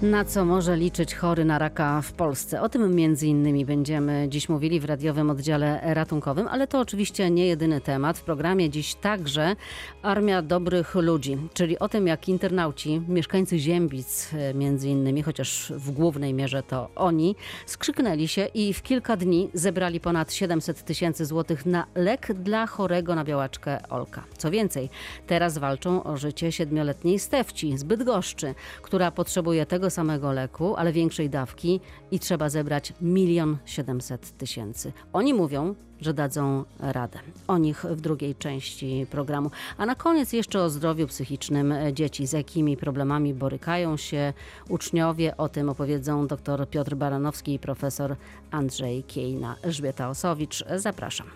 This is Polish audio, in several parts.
Na co może liczyć chory na raka w Polsce? O tym między innymi będziemy dziś mówili w radiowym oddziale ratunkowym, ale to oczywiście nie jedyny temat. W programie dziś także Armia Dobrych Ludzi, czyli o tym, jak internauci, mieszkańcy Ziembic między innymi, chociaż w głównej mierze to oni, skrzyknęli się i w kilka dni zebrali ponad 700 000 złotych na lek dla chorego na białaczkę Olka. Co więcej, teraz walczą o życie 7-letniej Stefci z Bydgoszczy, która potrzebuje tego samego leku, ale większej dawki i trzeba zebrać 1 700 000. Oni mówią, że dadzą radę. O nich w drugiej części programu. A na koniec jeszcze o zdrowiu psychicznym dzieci. Z jakimi problemami borykają się uczniowie. O tym opowiedzą dr Piotr Baranowski i profesor Andrzej Kiejna. Elżbieta Osowicz, zapraszam.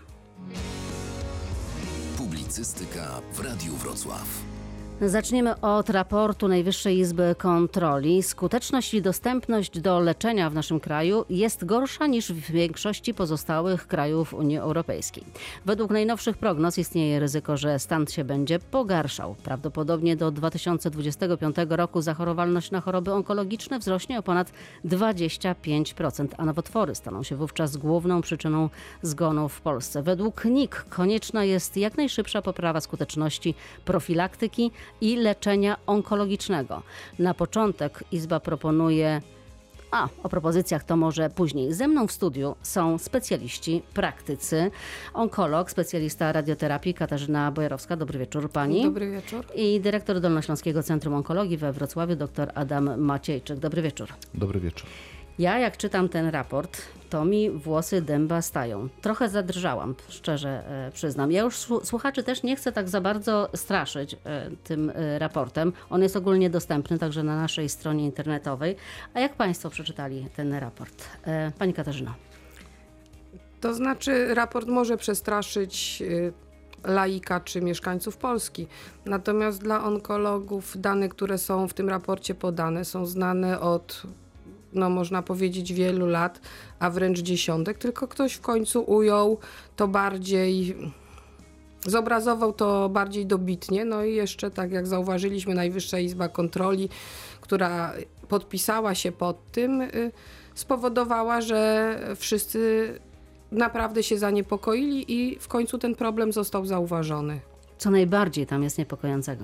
Publicystyka w Radiu Wrocław. Zaczniemy od raportu Najwyższej Izby Kontroli. Skuteczność i dostępność do leczenia w naszym kraju jest gorsza niż w większości pozostałych krajów Unii Europejskiej. Według najnowszych prognoz istnieje ryzyko, że stan się będzie pogarszał. Prawdopodobnie do 2025 roku zachorowalność na choroby onkologiczne wzrośnie o ponad 25%, a nowotwory staną się wówczas główną przyczyną zgonów w Polsce. Według NIK konieczna jest jak najszybsza poprawa skuteczności profilaktyki i leczenia onkologicznego. Na początek Izba proponuje, o propozycjach to może później. Ze mną w studiu są specjaliści, praktycy, onkolog, specjalista radioterapii Katarzyna Bojarowska. Dobry wieczór pani. Dobry wieczór. I dyrektor Dolnośląskiego Centrum Onkologii we Wrocławiu, dr Adam Maciejczyk. Dobry wieczór. Dobry wieczór. Ja jak czytam ten raport, to mi włosy dęba stają. Trochę zadrżałam, szczerze przyznam. Ja już słuchaczy też nie chcę tak za bardzo straszyć tym raportem. On jest ogólnie dostępny także na naszej stronie internetowej. A jak państwo przeczytali ten raport? Pani Katarzyno. To znaczy raport może przestraszyć laika czy mieszkańców Polski. Natomiast dla onkologów dane, które są w tym raporcie podane, są znane od można powiedzieć wielu lat, a wręcz dziesiątek, tylko ktoś w końcu ujął to bardziej, zobrazował to bardziej dobitnie. No i jeszcze, tak jak zauważyliśmy, Najwyższa Izba Kontroli, która podpisała się pod tym, spowodowała, że wszyscy naprawdę się zaniepokoili i w końcu ten problem został zauważony. Co najbardziej tam jest niepokojącego?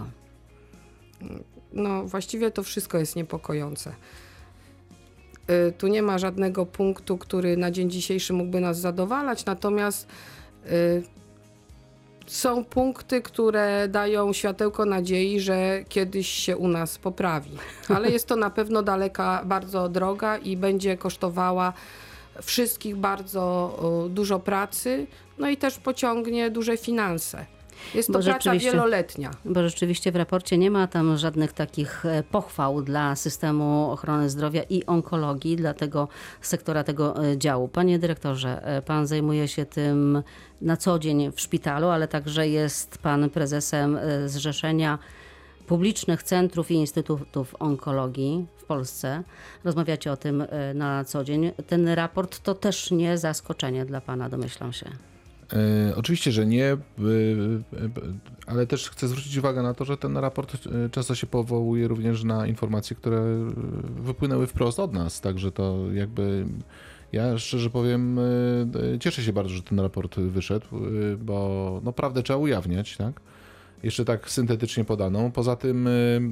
No właściwie to wszystko jest niepokojące. Tu nie ma żadnego punktu, który na dzień dzisiejszy mógłby nas zadowalać, natomiast są punkty, które dają światełko nadziei, że kiedyś się u nas poprawi. Ale jest to na pewno daleka bardzo droga i będzie kosztowała wszystkich bardzo dużo pracy, no i też pociągnie duże finanse. Jest to praca wieloletnia. Bo rzeczywiście w raporcie nie ma tam żadnych takich pochwał dla systemu ochrony zdrowia i onkologii, dla tego sektora, tego działu. Panie dyrektorze, pan zajmuje się tym na co dzień w szpitalu, ale także jest pan prezesem Zrzeszenia Publicznych Centrów i Instytutów Onkologii w Polsce. Rozmawiacie o tym na co dzień. Ten raport to też nie zaskoczenie dla pana, domyślam się. Oczywiście, że nie, ale też chcę zwrócić uwagę na to, że ten raport często się powołuje również na informacje, które wypłynęły wprost od nas, także to jakby ja szczerze powiem, cieszę się bardzo, że ten raport wyszedł, bo prawdę trzeba ujawniać, tak? Jeszcze tak syntetycznie podaną. Poza tym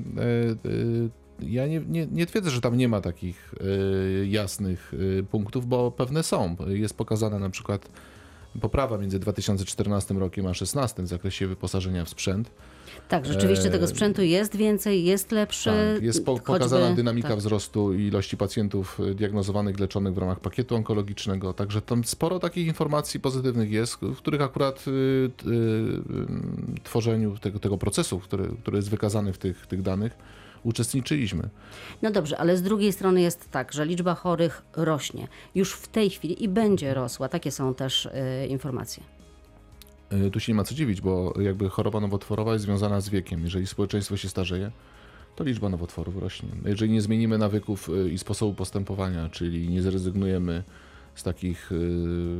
ja nie twierdzę, że tam nie ma takich jasnych punktów, bo pewne są. Jest pokazana na przykład poprawa między 2014 rokiem a 2016 w zakresie wyposażenia w sprzęt. Tak, rzeczywiście tego sprzętu jest więcej, jest lepszy. Tak, jest pokazana dynamika wzrostu ilości pacjentów diagnozowanych, leczonych w ramach pakietu onkologicznego. Także tam sporo takich informacji pozytywnych jest, w których akurat tworzeniu tego procesu, który jest wykazany w tych danych, uczestniczyliśmy. No dobrze, ale z drugiej strony jest tak, że liczba chorych rośnie już w tej chwili i będzie rosła. Takie są też informacje. Tu się nie ma co dziwić, bo jakby choroba nowotworowa jest związana z wiekiem. Jeżeli społeczeństwo się starzeje, to liczba nowotworów rośnie. Jeżeli nie zmienimy nawyków i sposobu postępowania, czyli nie zrezygnujemy z takich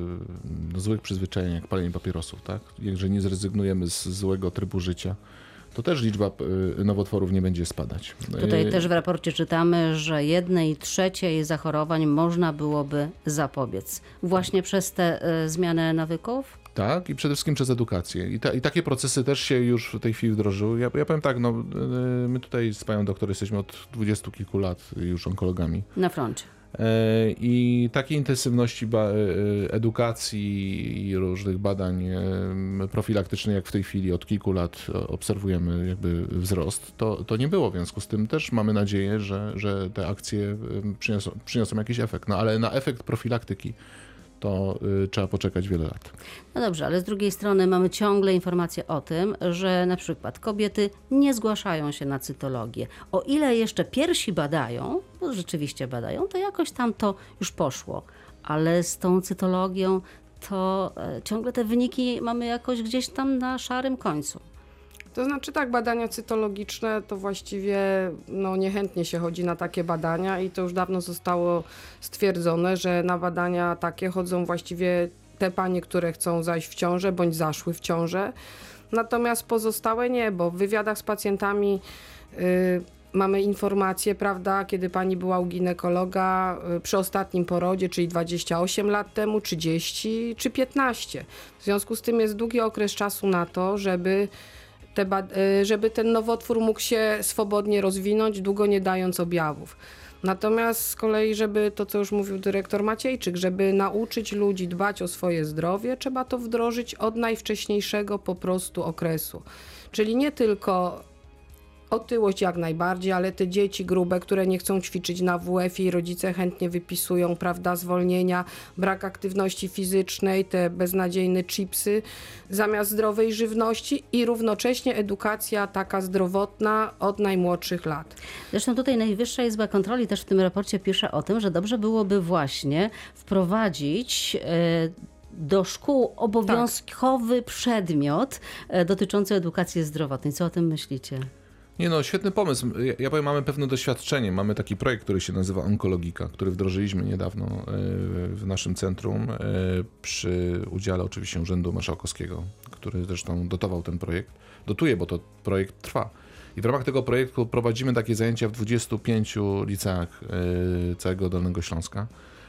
złych przyzwyczajeń jak palenie papierosów, tak? Jeżeli nie zrezygnujemy z złego trybu życia, to też liczba nowotworów nie będzie spadać. Tutaj też w raporcie czytamy, że 1/3 zachorowań można byłoby zapobiec. Właśnie przez te zmiany nawyków? Tak, i przede wszystkim przez edukację. I takie procesy też się już w tej chwili wdrożyły. Ja powiem tak, no, my tutaj z panią doktor jesteśmy od 20 kilku lat już onkologami. Na froncie. I takiej intensywności edukacji i różnych badań profilaktycznych, jak w tej chwili od kilku lat obserwujemy jakby wzrost, to nie było. W związku z tym też mamy nadzieję, że te akcje przyniosą jakiś efekt. No ale na efekt profilaktyki to trzeba poczekać wiele lat. No dobrze, ale z drugiej strony mamy ciągle informacje o tym, że na przykład kobiety nie zgłaszają się na cytologię. O ile jeszcze piersi badają, bo rzeczywiście badają, to jakoś tam to już poszło. Ale z tą cytologią to ciągle te wyniki mamy jakoś gdzieś tam na szarym końcu. To znaczy tak, badania cytologiczne to właściwie niechętnie się chodzi na takie badania i to już dawno zostało stwierdzone, że na badania takie chodzą właściwie te panie, które chcą zajść w ciążę bądź zaszły w ciążę. Natomiast pozostałe nie, bo w wywiadach z pacjentami mamy informacje, prawda, kiedy pani była u ginekologa przy ostatnim porodzie, czyli 28 lat temu, 30 czy 15. W związku z tym jest długi okres czasu na to, żeby ten nowotwór mógł się swobodnie rozwinąć, długo nie dając objawów. Natomiast z kolei, żeby to, co już mówił dyrektor Maciejczyk, żeby nauczyć ludzi dbać o swoje zdrowie, trzeba to wdrożyć od najwcześniejszego po prostu okresu. Czyli nie tylko otyłość jak najbardziej, ale te dzieci grube, które nie chcą ćwiczyć na WF-ie i rodzice chętnie wypisują, prawda, zwolnienia, brak aktywności fizycznej, te beznadziejne chipsy zamiast zdrowej żywności i równocześnie edukacja taka zdrowotna od najmłodszych lat. Zresztą tutaj Najwyższa Izba Kontroli też w tym raporcie pisze o tym, że dobrze byłoby właśnie wprowadzić do szkół obowiązkowy przedmiot dotyczący edukacji zdrowotnej. Co o tym myślicie? Nie no, świetny pomysł. Ja powiem, mamy pewne doświadczenie. Mamy taki projekt, który się nazywa Onkologika, który wdrożyliśmy niedawno w naszym centrum przy udziale oczywiście Urzędu Marszałkowskiego, który zresztą dotował ten projekt. Dotuje, bo to projekt trwa. I w ramach tego projektu prowadzimy takie zajęcia w 25 liceach całego Dolnego Śląska.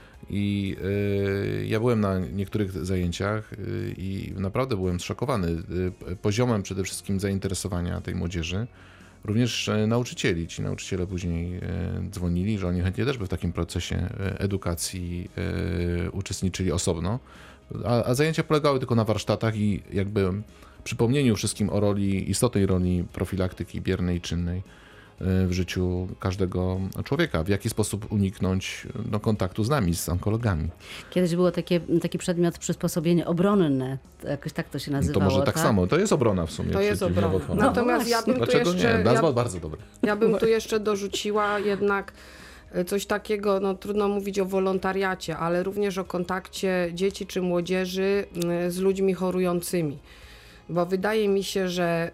I ja byłem na niektórych zajęciach i naprawdę byłem zszokowany poziomem przede wszystkim zainteresowania tej młodzieży. Również nauczycieli. Ci nauczyciele później dzwonili, że oni chętnie też by w takim procesie edukacji uczestniczyli osobno. A zajęcia polegały tylko na warsztatach i jakby przypomnieniu wszystkim o istotnej roli profilaktyki biernej i czynnej w życiu każdego człowieka. W jaki sposób uniknąć kontaktu z nami, z onkologami. Kiedyś było taki przedmiot przysposobienie obronne. Jakoś tak to się nazywało. To może tak samo. To jest obrona w sumie. To jest obrona. Natomiast ja bym Dlaczego tu jeszcze... nie? Nazwa bardzo dobra. Ja bym tu jeszcze dorzuciła jednak coś takiego, trudno mówić o wolontariacie, ale również o kontakcie dzieci czy młodzieży z ludźmi chorującymi. Bo wydaje mi się, że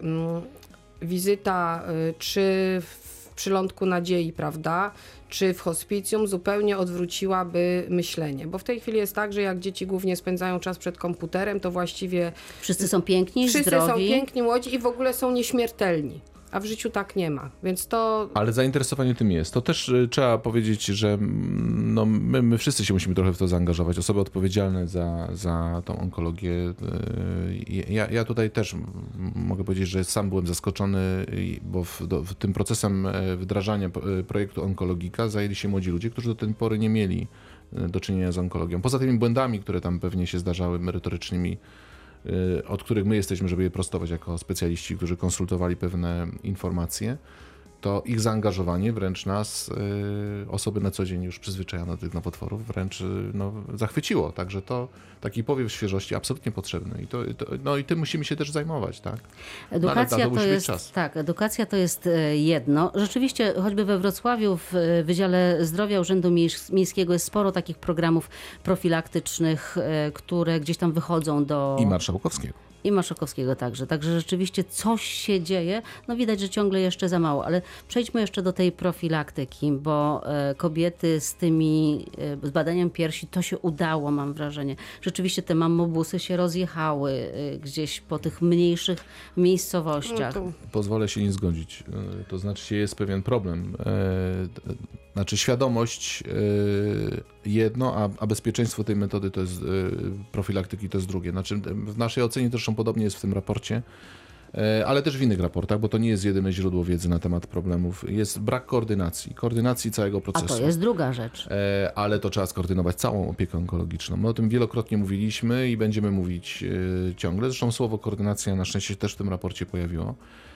wizyta czy w Przylądku Nadziei, prawda, czy w hospicjum zupełnie odwróciłaby myślenie. Bo w tej chwili jest tak, że jak dzieci głównie spędzają czas przed komputerem, to właściwie wszyscy są piękni, wszyscy zdrowi. są piękni, młodzi i w ogóle są nieśmiertelni. A w życiu tak nie ma, więc to... Ale zainteresowanie tym jest. To też trzeba powiedzieć, że my wszyscy się musimy trochę w to zaangażować. Osoby odpowiedzialne za tą onkologię. Ja tutaj też mogę powiedzieć, że sam byłem zaskoczony, bo tym procesem wdrażania projektu Onkologika zajęli się młodzi ludzie, którzy do tej pory nie mieli do czynienia z onkologią. Poza tymi błędami, które tam pewnie się zdarzały merytorycznymi, od których my jesteśmy, żeby je prostować jako specjaliści, którzy konsultowali pewne informacje, to ich zaangażowanie wręcz nas, osoby na co dzień już przyzwyczajone do tych nowotworów, wręcz zachwyciło. Także to taki powiew świeżości absolutnie potrzebny. I tym musimy się też zajmować, tak? Edukacja to jest czas. Tak, edukacja to jest jedno. Rzeczywiście, choćby we Wrocławiu w Wydziale Zdrowia Urzędu Miejskiego jest sporo takich programów profilaktycznych, które gdzieś tam wychodzą do... I Marszałkowskiego. I Maszokowskiego także. Także rzeczywiście coś się dzieje. No widać, że ciągle jeszcze za mało, ale przejdźmy jeszcze do tej profilaktyki, bo kobiety z badaniem piersi to się udało, mam wrażenie. Rzeczywiście te mammobusy się rozjechały gdzieś po tych mniejszych miejscowościach. Pozwolę się nie zgodzić. To znaczy jest pewien problem. Znaczy świadomość jedno, a bezpieczeństwo tej metody to jest profilaktyki to jest drugie. Znaczy w naszej ocenie zresztą podobnie jest w tym raporcie, ale też w innych raportach, bo to nie jest jedyne źródło wiedzy na temat problemów. Jest brak koordynacji całego procesu. A to jest druga rzecz. Ale to trzeba skoordynować całą opiekę onkologiczną. My o tym wielokrotnie mówiliśmy i będziemy mówić ciągle. Zresztą słowo koordynacja na szczęście też w tym raporcie pojawiło.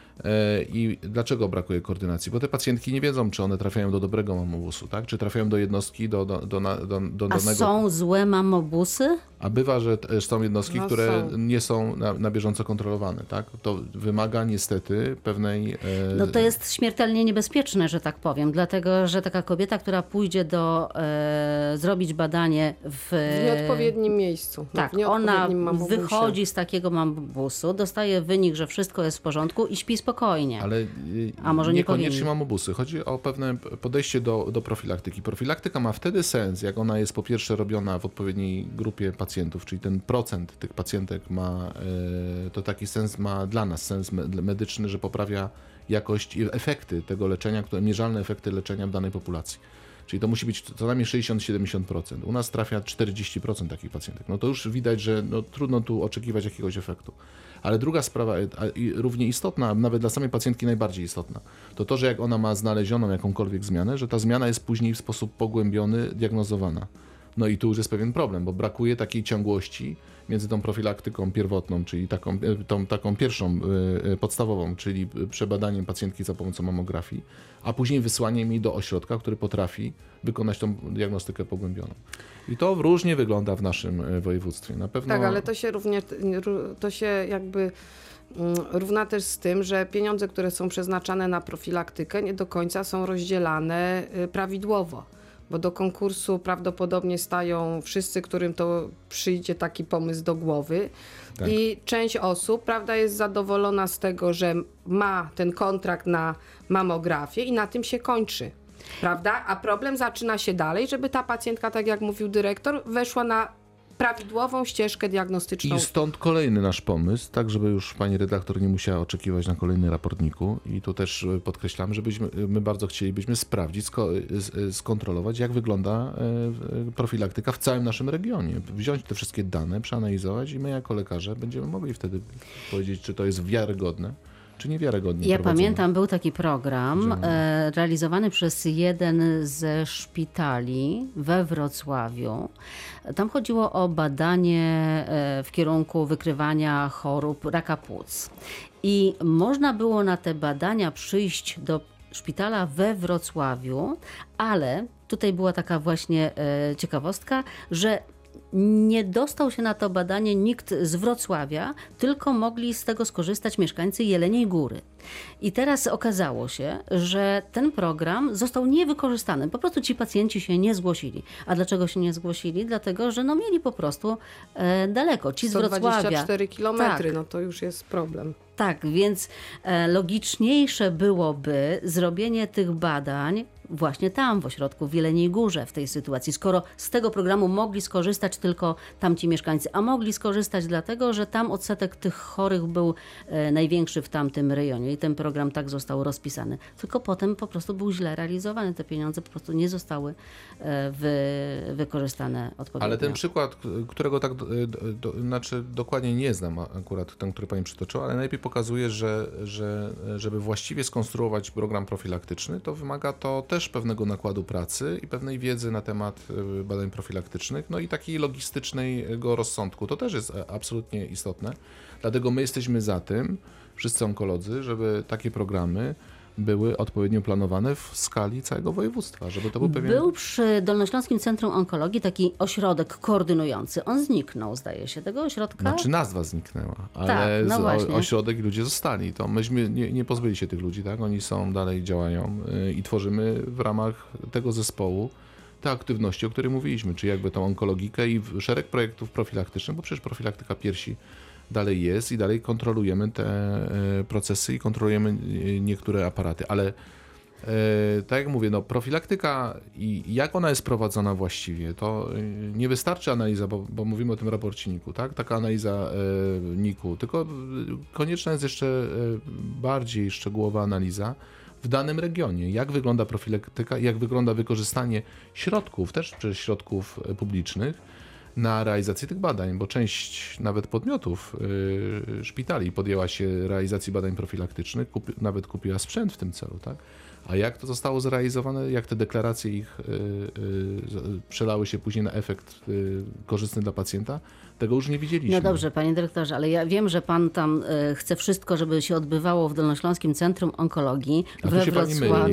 I dlaczego brakuje koordynacji? Bo te pacjentki nie wiedzą, czy one trafiają do dobrego mammobusu, tak? Czy trafiają do jednostki, do danego... A są złe mammobusy? A bywa, że są jednostki, które są. nie są na bieżąco kontrolowane, tak? To wymaga niestety pewnej... No to jest śmiertelnie niebezpieczne, że tak powiem, dlatego, że taka kobieta, która pójdzie zrobić badanie w nieodpowiednim miejscu. Tak, w nieodpowiednim mammobusie. wychodzi z takiego mammobusu, dostaje wynik, że wszystko jest w porządku i śpi spokojnie. Ale A może niekoniecznie powinni. mammobusy. Chodzi o pewne podejście do profilaktyki. Profilaktyka ma wtedy sens, jak ona jest po pierwsze robiona w odpowiedniej grupie pacjentów, czyli ten procent tych pacjentek ma, to taki sens ma dla nas, sens medyczny, że poprawia jakość i efekty tego leczenia, mierzalne efekty leczenia w danej populacji. Czyli to musi być co najmniej 60-70%. U nas trafia 40% takich pacjentek. No to już widać, że trudno tu oczekiwać jakiegoś efektu. Ale druga sprawa, równie istotna, nawet dla samej pacjentki najbardziej istotna, to, że jak ona ma znalezioną jakąkolwiek zmianę, że ta zmiana jest później w sposób pogłębiony diagnozowana. No i tu już jest pewien problem, bo brakuje takiej ciągłości między tą profilaktyką pierwotną, czyli taką pierwszą podstawową, czyli przebadaniem pacjentki za pomocą mammografii, a później wysłaniem jej do ośrodka, który potrafi wykonać tą diagnostykę pogłębioną. I to różnie wygląda w naszym województwie. Na pewno... Tak, ale to się jakby równa też z tym, że pieniądze, które są przeznaczane na profilaktykę, nie do końca są rozdzielane prawidłowo. Bo do konkursu prawdopodobnie stają wszyscy, którym to przyjdzie taki pomysł do głowy. Tak. I część osób, prawda, jest zadowolona z tego, że ma ten kontrakt na mammografię i na tym się kończy. Prawda? A problem zaczyna się dalej, żeby ta pacjentka, tak jak mówił dyrektor, weszła na prawidłową ścieżkę diagnostyczną. I stąd kolejny nasz pomysł, tak żeby już pani redaktor nie musiała oczekiwać na kolejny raportniku. I tu też podkreślamy, że my bardzo chcielibyśmy sprawdzić, skontrolować, jak wygląda profilaktyka w całym naszym regionie. Wziąć te wszystkie dane, przeanalizować i my jako lekarze będziemy mogli wtedy powiedzieć, czy to jest wiarygodne, czy niewiarygodnie Ja prowadzone. pamiętam, był taki program realizowany przez jeden ze szpitali we Wrocławiu. Tam chodziło o badanie w kierunku wykrywania chorób raka płuc. I można było na te badania przyjść do szpitala we Wrocławiu, ale tutaj była taka właśnie ciekawostka, że nie dostał się na to badanie nikt z Wrocławia, tylko mogli z tego skorzystać mieszkańcy Jeleniej Góry. I teraz okazało się, że ten program został niewykorzystany. Po prostu ci pacjenci się nie zgłosili. A dlaczego się nie zgłosili? Dlatego, że mieli po prostu daleko. Ci z Wrocławia. 124 kilometry, Tak. No to już jest problem. Tak, więc logiczniejsze byłoby zrobienie tych badań właśnie tam, w ośrodku w Jeleniej Górze w tej sytuacji, skoro z tego programu mogli skorzystać tylko tamci mieszkańcy, a mogli skorzystać dlatego, że tam odsetek tych chorych był największy w tamtym rejonie i ten program tak został rozpisany. Tylko potem po prostu był źle realizowany, te pieniądze po prostu nie zostały wykorzystane odpowiednio. Ale ten przykład, którego tak znaczy dokładnie nie znam akurat ten, który pani przytoczyła, ale najlepiej pokazuje, że żeby właściwie skonstruować program profilaktyczny, to wymaga to też pewnego nakładu pracy i pewnej wiedzy na temat badań profilaktycznych, no i takiej logistycznego rozsądku. To też jest absolutnie istotne. Dlatego my jesteśmy za tym, wszyscy onkolodzy, żeby takie programy były odpowiednio planowane w skali całego województwa, żeby to był pewien... Był przy Dolnośląskim Centrum Onkologii taki ośrodek koordynujący. On zniknął, zdaje się, tego ośrodka. Znaczy nazwa zniknęła, ale Tak, no właśnie. ośrodek i ludzie zostali. To myśmy nie pozbyli się tych ludzi, tak? Oni są, dalej działają i tworzymy w ramach tego zespołu te aktywności, o których mówiliśmy, czyli jakby tą onkologikę i szereg projektów profilaktycznych, bo przecież profilaktyka piersi dalej jest i dalej kontrolujemy te procesy i kontrolujemy niektóre aparaty, ale tak jak mówię, no, profilaktyka i jak ona jest prowadzona właściwie, to nie wystarczy analiza, bo mówimy o tym raporcie NIK-u, tak? Taka analiza NIK-u, tylko konieczna jest jeszcze bardziej szczegółowa analiza w danym regionie. Jak wygląda profilaktyka, jak wygląda wykorzystanie środków, też przez środków publicznych na realizację tych badań, bo część nawet podmiotów, szpitali podjęła się realizacji badań profilaktycznych, nawet kupiła sprzęt w tym celu, tak? A jak to zostało zrealizowane, jak te deklaracje ich przelały się później na efekt korzystny dla pacjenta, tego już nie widzieliśmy. No dobrze, panie dyrektorze, ale ja wiem, że pan tam chce wszystko, żeby się odbywało w Dolnośląskim Centrum Onkologii we Wrocławiu.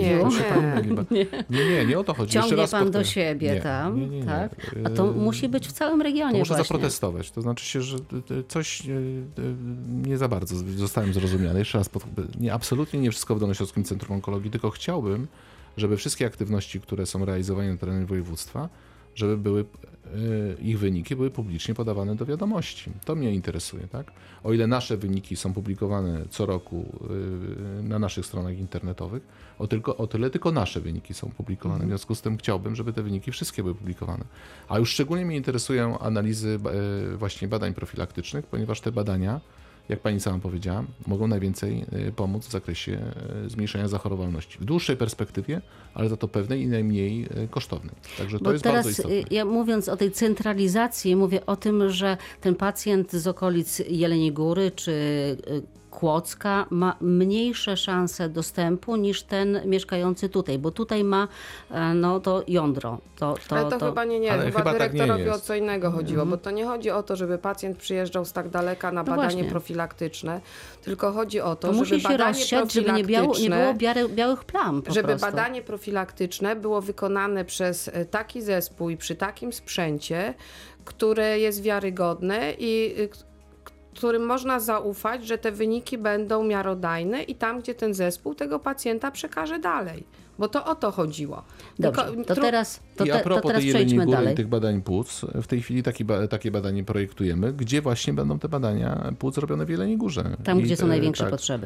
Nie o to chodzi. Ciągnie pan do siebie tam, tak? A to musi być w całym regionie. To muszę właśnie zaprotestować. To znaczy się, że coś nie za bardzo zostałem zrozumiany. Jeszcze raz, absolutnie nie wszystko w Dolnośląskim Centrum Onkologii, tylko chciałbym, żeby wszystkie aktywności, które są realizowane na terenie województwa, żeby ich wyniki były publicznie podawane do wiadomości. To mnie interesuje, tak? O ile nasze wyniki są publikowane co roku na naszych stronach internetowych, o tyle tylko nasze wyniki są publikowane. W związku z tym chciałbym, żeby te wyniki wszystkie były publikowane. A już szczególnie mnie interesują analizy właśnie badań profilaktycznych, ponieważ te badania, jak pani sama powiedziała, mogą najwięcej pomóc w zakresie zmniejszenia zachorowalności. W dłuższej perspektywie, ale za to pewnej i najmniej kosztownej. Także to jest bardzo istotne. Ja mówiąc o tej centralizacji, mówię o tym, że ten pacjent z okolic Jeleniej Góry czy Kłodzka ma mniejsze szanse dostępu niż ten mieszkający tutaj, bo tutaj ma to jądro. Ale to chyba nie. Ale chyba dyrektorowi tak nie o co innego chodziło, bo to nie chodzi o to, żeby pacjent przyjeżdżał z tak daleka na badanie właśnie profilaktyczne, tylko chodzi o to, To żeby musi się badanie rozsiać, żeby nie było białych plam po żeby prostu. badanie profilaktyczne było wykonane przez taki zespół i przy takim sprzęcie, które jest wiarygodne i którym można zaufać, że te wyniki będą miarodajne i tam, gdzie ten zespół tego pacjenta przekaże dalej. Bo to o to chodziło. Dobrze, to teraz I a propos tej Jeleniej przejdźmy Góry dalej. i tych badań płuc, w tej chwili takie badanie projektujemy, gdzie właśnie będą te badania płuc robione w Jeleniej Górze. Tam, gdzie są największe tak, potrzeby.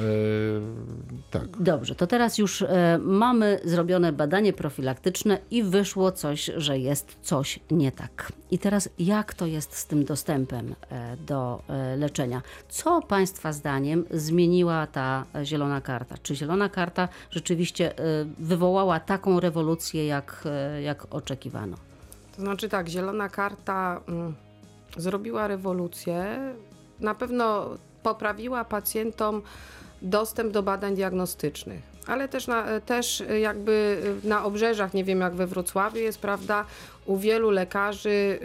Tak. Dobrze, to teraz już mamy zrobione badanie profilaktyczne i wyszło coś, że jest coś nie tak. I teraz jak to jest z tym dostępem do leczenia? Co Państwa zdaniem zmieniła ta zielona karta? Czy zielona karta rzeczywiście wywołała taką rewolucję, jak oczekiwano? To znaczy tak, zielona karta zrobiła rewolucję, na pewno poprawiła pacjentom dostęp do badań diagnostycznych, ale też jakby na obrzeżach, nie wiem jak we Wrocławiu jest, prawda, u wielu lekarzy,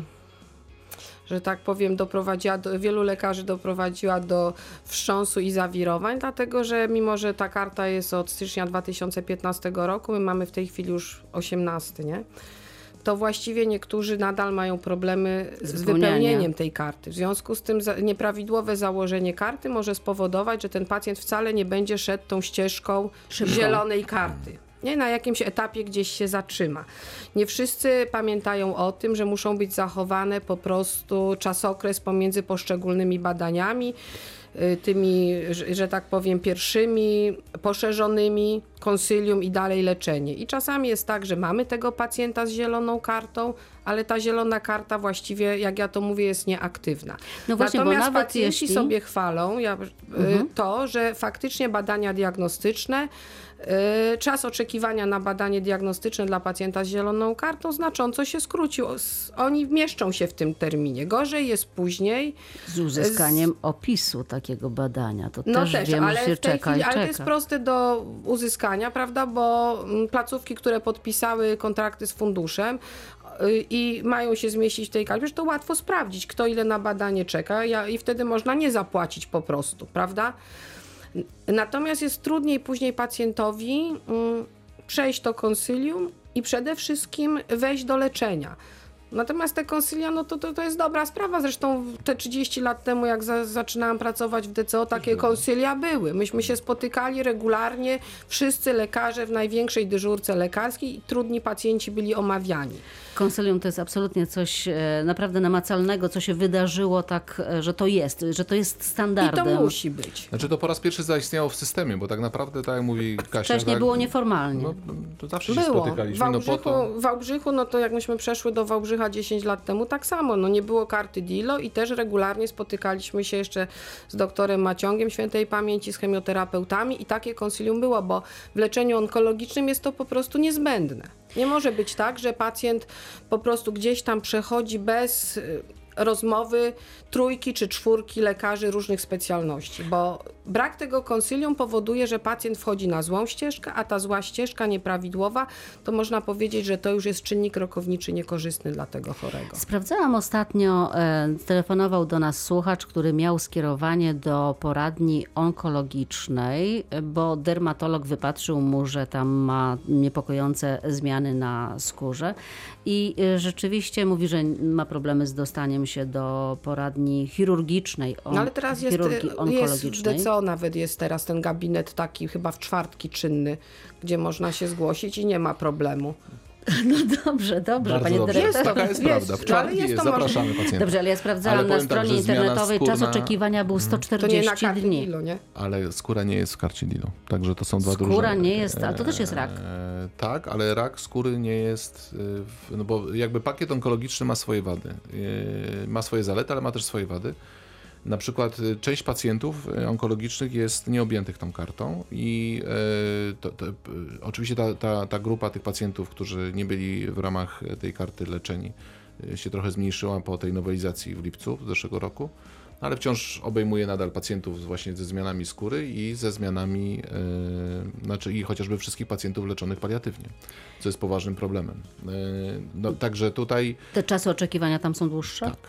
że tak powiem, wielu lekarzy doprowadziła do wstrząsu i zawirowań, dlatego że mimo, że ta karta jest od stycznia 2015 roku, my mamy w tej chwili już 18, nie? To właściwie niektórzy nadal mają problemy z wypełnieniem tej karty. W związku z tym nieprawidłowe założenie karty może spowodować, że ten pacjent wcale nie będzie szedł tą ścieżką zielonej karty. Nie, na jakimś etapie gdzieś się zatrzyma. Nie wszyscy pamiętają o tym, że muszą być zachowane po prostu czasokres pomiędzy poszczególnymi badaniami, tymi, że tak powiem, pierwszymi, poszerzonymi, konsylium i dalej leczenie. I czasami jest tak, że mamy tego pacjenta z zieloną kartą, ale ta zielona karta właściwie, jak ja to mówię, jest nieaktywna. No właśnie, natomiast bo nawet pacjenci sobie chwalą to, że faktycznie badania diagnostyczne, czas oczekiwania na badanie diagnostyczne dla pacjenta z zieloną kartą znacząco się skrócił. Oni mieszczą się w tym terminie. Gorzej jest później. Z uzyskaniem opisu takiego badania. To No też wiemy, ale że się w tej czeka chwili, i ale czeka. to jest proste do uzyskania, prawda, bo placówki, które podpisały kontrakty z funduszem i mają się zmieścić w tej karcie, to łatwo sprawdzić, kto ile na badanie czeka i wtedy można nie zapłacić po prostu, prawda? Natomiast jest trudniej później pacjentowi przejść to konsylium i przede wszystkim wejść do leczenia. Natomiast te konsylia, no to jest dobra sprawa. Zresztą te 30 lat temu, jak zaczynałam pracować w DCO, takie konsylia były. Myśmy się spotykali regularnie, wszyscy lekarze w największej dyżurce lekarskiej i trudni pacjenci byli omawiani. Konsylium to jest absolutnie coś naprawdę namacalnego, co się wydarzyło tak, że to jest standardem. I to musi być. Znaczy to po raz pierwszy zaistniało w systemie, bo tak naprawdę, tak jak mówi Kasia... Wcześniej tak, było nieformalnie. No, to zawsze się Było. spotykaliśmy. W Wałbrzychu, no to jak myśmy przeszły do Wałbrzycha 10 lat temu, tak samo. No nie było karty DILO i też regularnie spotykaliśmy się jeszcze z doktorem Maciągiem świętej pamięci, z chemioterapeutami i takie konsylium było, bo w leczeniu onkologicznym jest to po prostu niezbędne. Nie może być tak, że pacjent po prostu gdzieś tam przechodzi bez rozmowy 3 czy 4 lekarzy różnych specjalności, bo brak tego konsylium powoduje, że pacjent wchodzi na złą ścieżkę, a ta zła ścieżka nieprawidłowa, to można powiedzieć, że to już jest czynnik rokowniczy niekorzystny dla tego chorego. Sprawdzałam ostatnio, telefonował do nas słuchacz, który miał skierowanie do poradni onkologicznej, bo dermatolog wypatrzył mu, że tam ma niepokojące zmiany na skórze i rzeczywiście mówi, że ma problemy z dostaniem się do poradni chirurgicznej, No ale teraz jest w onkologicznej. DCO nawet jest teraz ten gabinet taki chyba w czwartki czynny, gdzie można się zgłosić i nie ma problemu. No dobrze, Bardzo panie dobrze. dyrektorze. Taka jest prawda. W ale czwartki jest jest, to zapraszamy pacjentów. Dobrze, ale ja sprawdzałam Ale na powiem tak, stronie że zmiana internetowej, czas skórna- oczekiwania był To nie na 140 karty dni. DILO, nie? Ale skóra nie jest w karcie DILO, także to są dwa różne... Skóra nie jest, ale to też jest rak. Tak, ale rak skóry nie jest, no bo jakby pakiet onkologiczny ma swoje wady, ma swoje zalety, ale ma też swoje wady. Na przykład część pacjentów onkologicznych jest nieobjętych tą kartą i oczywiście ta grupa tych pacjentów, którzy nie byli w ramach tej karty leczeni, się trochę zmniejszyła po tej nowelizacji w lipcu zeszłego roku, ale wciąż obejmuje nadal pacjentów właśnie ze zmianami skóry i ze zmianami, i chociażby wszystkich pacjentów leczonych paliatywnie, co jest poważnym problemem. No, także tutaj... Te czasy oczekiwania tam są dłuższe? Tak.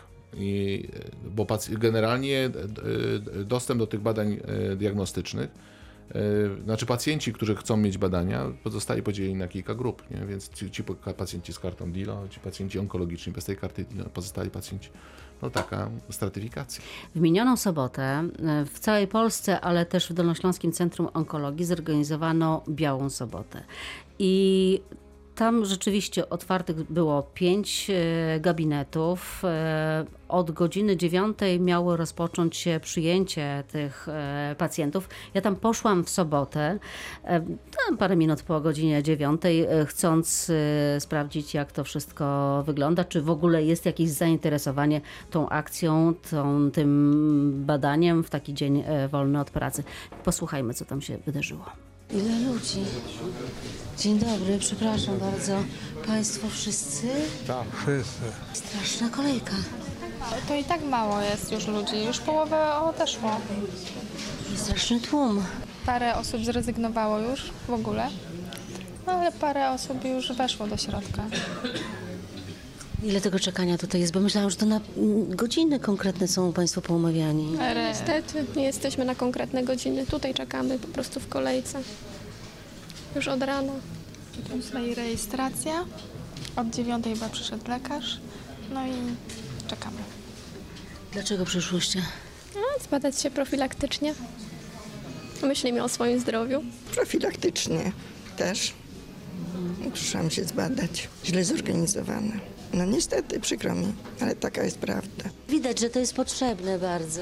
Bo generalnie dostęp do tych badań diagnostycznych, znaczy pacjenci, którzy chcą mieć badania, pozostali podzieleni na kilka grup, nie? Więc ci pacjenci z kartą DILO, ci pacjenci onkologiczni bez tej karty DILO, pozostali pacjenci. No taka stratyfikacja. W minioną sobotę w całej Polsce, ale też w Dolnośląskim Centrum Onkologii zorganizowano Białą Sobotę. I tam rzeczywiście otwartych było 5 gabinetów. Od godziny 9 miało rozpocząć się przyjęcie tych pacjentów. Ja tam poszłam w sobotę, parę minut po godzinie 9, chcąc sprawdzić, jak to wszystko wygląda, czy w ogóle jest jakieś zainteresowanie tą akcją, tym badaniem w taki dzień wolny od pracy. Posłuchajmy, co tam się wydarzyło. Ile ludzi? Dzień dobry, przepraszam bardzo. Państwo wszyscy? Tak, wszyscy. Straszna kolejka. To i tak mało jest już ludzi, już połowę odeszło. Straszny tłum. Parę osób zrezygnowało już w ogóle, no ale parę osób już weszło do środka. Ile tego czekania tutaj jest? Bo myślałam, że to na godziny konkretne są Państwo poumawiani. Niestety nie jesteśmy na konkretne godziny. Tutaj czekamy po prostu w kolejce. Już od rana. Tutaj rejestracja, od 9 chyba przyszedł lekarz, no i czekamy. Dlaczego przyszłyście? Zbadać się profilaktycznie. Myślimy o swoim zdrowiu. Profilaktycznie też. Przyszłam się zbadać. Źle zorganizowane. No niestety, przykro mi, ale taka jest prawda. Widać, że to jest potrzebne bardzo.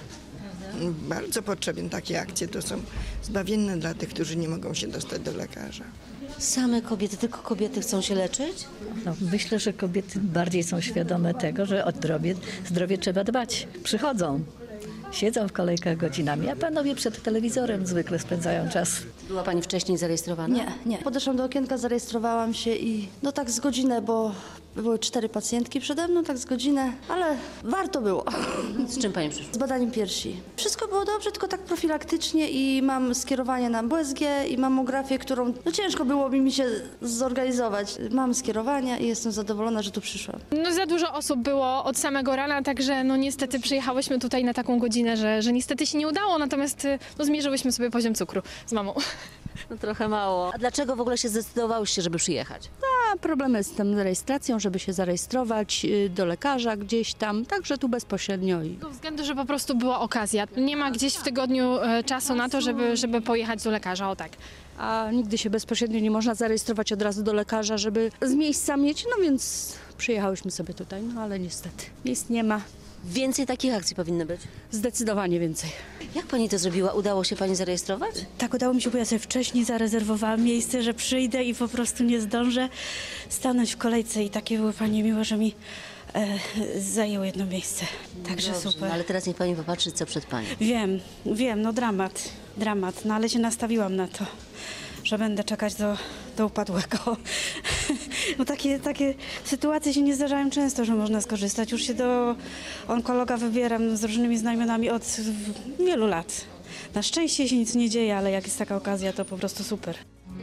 Bardzo potrzebne takie akcje, to są zbawienne dla tych, którzy nie mogą się dostać do lekarza. Same kobiety, tylko kobiety chcą się leczyć? No, myślę, że kobiety bardziej są świadome tego, że o zdrowie trzeba dbać. Przychodzą, siedzą w kolejkach godzinami, a panowie przed telewizorem zwykle spędzają czas. Była pani wcześniej zarejestrowana? Nie. Podeszłam do okienka, zarejestrowałam się i no tak z godzinę, bo były 4 pacjentki przede mną, tak z godzinę, ale warto było. Z czym pani przyszła? Z badaniem piersi. Wszystko było dobrze, tylko tak profilaktycznie i mam skierowanie na BSG i mammografię, którą no ciężko było mi się zorganizować. Mam skierowania i jestem zadowolona, że tu przyszłam. No za dużo osób było od samego rana, także no niestety przyjechałyśmy tutaj na taką godzinę, że niestety się nie udało, natomiast no, zmierzyłyśmy sobie poziom cukru z mamą. No trochę mało. A dlaczego w ogóle się zdecydowałyście, żeby przyjechać? a problemy z tą rejestracją, żeby się zarejestrować do lekarza gdzieś tam, także tu bezpośrednio. Z tego względu, że po prostu była okazja. Nie ma gdzieś w tygodniu czasu na to, żeby pojechać do lekarza, o tak. A nigdy się bezpośrednio nie można zarejestrować od razu do lekarza, żeby z miejsca mieć, no więc przyjechałyśmy sobie tutaj, no ale niestety miejsc nie ma. Więcej takich akcji powinno być. Zdecydowanie więcej. Jak pani to zrobiła? Udało się pani zarejestrować? Tak, udało mi się, bo ja sobie wcześniej zarezerwowałam miejsce, że przyjdę i po prostu nie zdążę stanąć w kolejce i takie były panie miłe, że mi zajęło jedno miejsce. Także Dobrze, super. No, ale teraz niech pani popatrzy, co przed panią. Wiem, no dramat, no ale się nastawiłam na to, że będę czekać do upadłego. No takie sytuacje się nie zdarzają często, że można skorzystać. Już się do onkologa wybieram z różnymi znamionami od wielu lat. Na szczęście się nic nie dzieje, ale jak jest taka okazja, to po prostu super.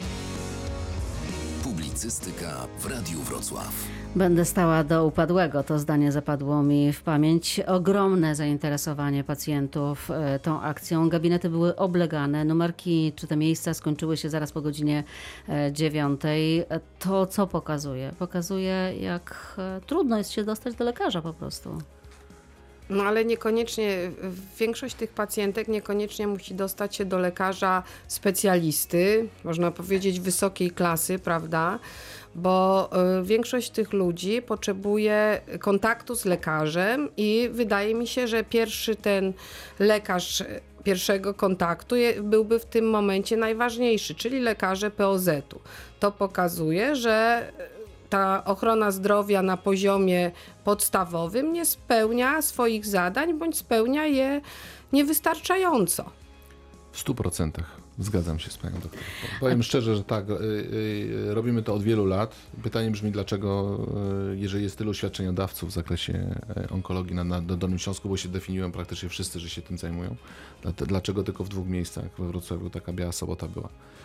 Publicystyka w Radiu Wrocław. Będę stała do upadłego. To zdanie zapadło mi w pamięć. Ogromne zainteresowanie pacjentów tą akcją. Gabinety były oblegane. Numerki czy te miejsca skończyły się zaraz po godzinie 9. To co pokazuje? Pokazuje, jak trudno jest się dostać do lekarza po prostu. No ale niekoniecznie, większość tych pacjentek niekoniecznie musi dostać się do lekarza specjalisty, można powiedzieć wysokiej klasy, prawda? Bo większość tych ludzi potrzebuje kontaktu z lekarzem i wydaje mi się, że pierwszy ten lekarz pierwszego kontaktu byłby w tym momencie najważniejszy, czyli lekarze POZ-u. To pokazuje, że ta ochrona zdrowia na poziomie podstawowym nie spełnia swoich zadań, bądź spełnia je niewystarczająco. W 100% zgadzam się z panią doktor. Powiem szczerze, że tak, robimy to od wielu lat. Pytanie brzmi, dlaczego, jeżeli jest tylu świadczeniodawców w zakresie onkologii na Dolnym Śląsku, bo się definiują praktycznie wszyscy, że się tym zajmują, dlaczego tylko w 2 miejscach we Wrocławiu taka biała sobota była.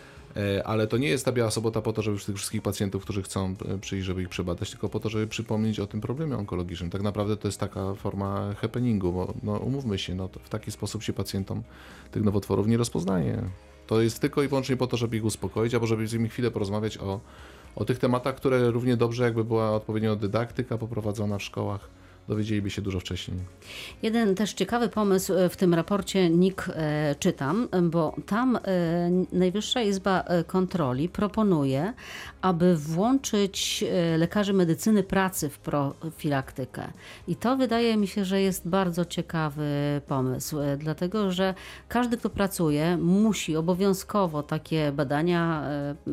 Ale to nie jest ta biała sobota po to, żeby tych wszystkich pacjentów, którzy chcą przyjść, żeby ich przebadać, tylko po to, żeby przypomnieć o tym problemie onkologicznym. Tak naprawdę to jest taka forma happeningu, bo no, umówmy się, no, w taki sposób się pacjentom tych nowotworów nie rozpoznaje. To jest tylko i wyłącznie po to, żeby ich uspokoić, albo żeby z nimi chwilę porozmawiać o tych tematach, które równie dobrze, jakby była odpowiednio dydaktyka poprowadzona w szkołach, dowiedzieliby się dużo wcześniej. Jeden też ciekawy pomysł w tym raporcie NIK czytam, bo tam Najwyższa Izba Kontroli proponuje, aby włączyć lekarzy medycyny pracy w profilaktykę. I to wydaje mi się, że jest bardzo ciekawy pomysł, dlatego że każdy, kto pracuje, musi obowiązkowo takie badania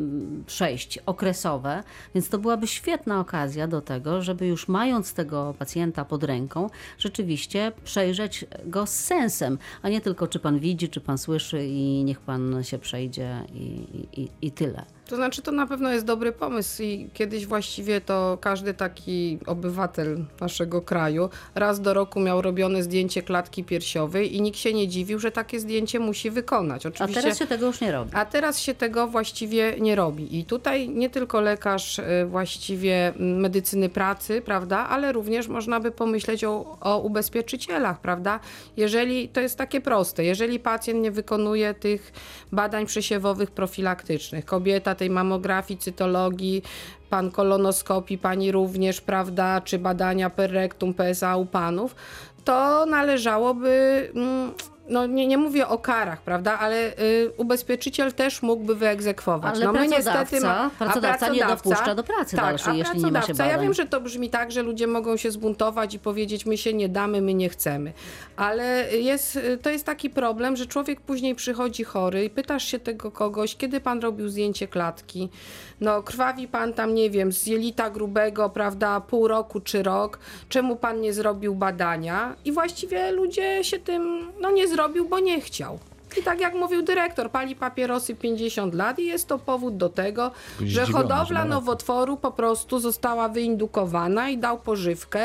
przejść okresowe, więc to byłaby świetna okazja do tego, żeby już mając tego pacjenta pod ręką, rzeczywiście przejrzeć go z sensem, a nie tylko czy pan widzi, czy pan słyszy i niech pan się przejdzie i tyle. To znaczy, to na pewno jest dobry pomysł i kiedyś właściwie to każdy taki obywatel naszego kraju raz do roku miał robione zdjęcie klatki piersiowej i nikt się nie dziwił, że takie zdjęcie musi wykonać. Oczywiście, a teraz się tego już nie robi. A teraz się tego właściwie nie robi. I tutaj nie tylko lekarz właściwie medycyny pracy, prawda, ale również można by pomyśleć o ubezpieczycielach, prawda. Jeżeli, to jest takie proste, jeżeli pacjent nie wykonuje tych badań przesiewowych profilaktycznych, kobieta tej mamografii, cytologii, pan kolonoskopii, pani również, prawda, czy badania per rectum, PSA u panów, to należałoby, no nie mówię o karach, prawda, ale ubezpieczyciel też mógłby wyegzekwować. Ale no pracodawca nie dopuszcza do pracy tak, dalszej, jeśli nie ma się badań. Ja wiem, że to brzmi tak, że ludzie mogą się zbuntować i powiedzieć, my się nie damy, my nie chcemy. Ale to jest taki problem, że człowiek później przychodzi chory i pytasz się tego kogoś, kiedy pan robił zdjęcie klatki, no krwawi pan tam, nie wiem, z jelita grubego, prawda, pół roku czy rok, czemu pan nie zrobił badania? I właściwie ludzie się tym, nie zrobił, bo nie chciał. I tak jak mówił dyrektor, pali papierosy 50 lat i jest to powód do tego, że hodowla nowotworu po prostu została wyindukowana i dał pożywkę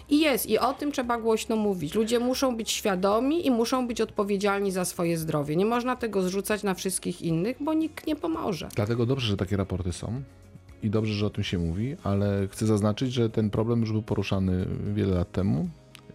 i o tym trzeba głośno mówić. Ludzie muszą być świadomi i muszą być odpowiedzialni za swoje zdrowie. Nie można tego zrzucać na wszystkich innych, bo nikt nie pomoże. Dlatego dobrze, że takie raporty są i dobrze, że o tym się mówi, ale chcę zaznaczyć, że ten problem już był poruszany wiele lat temu.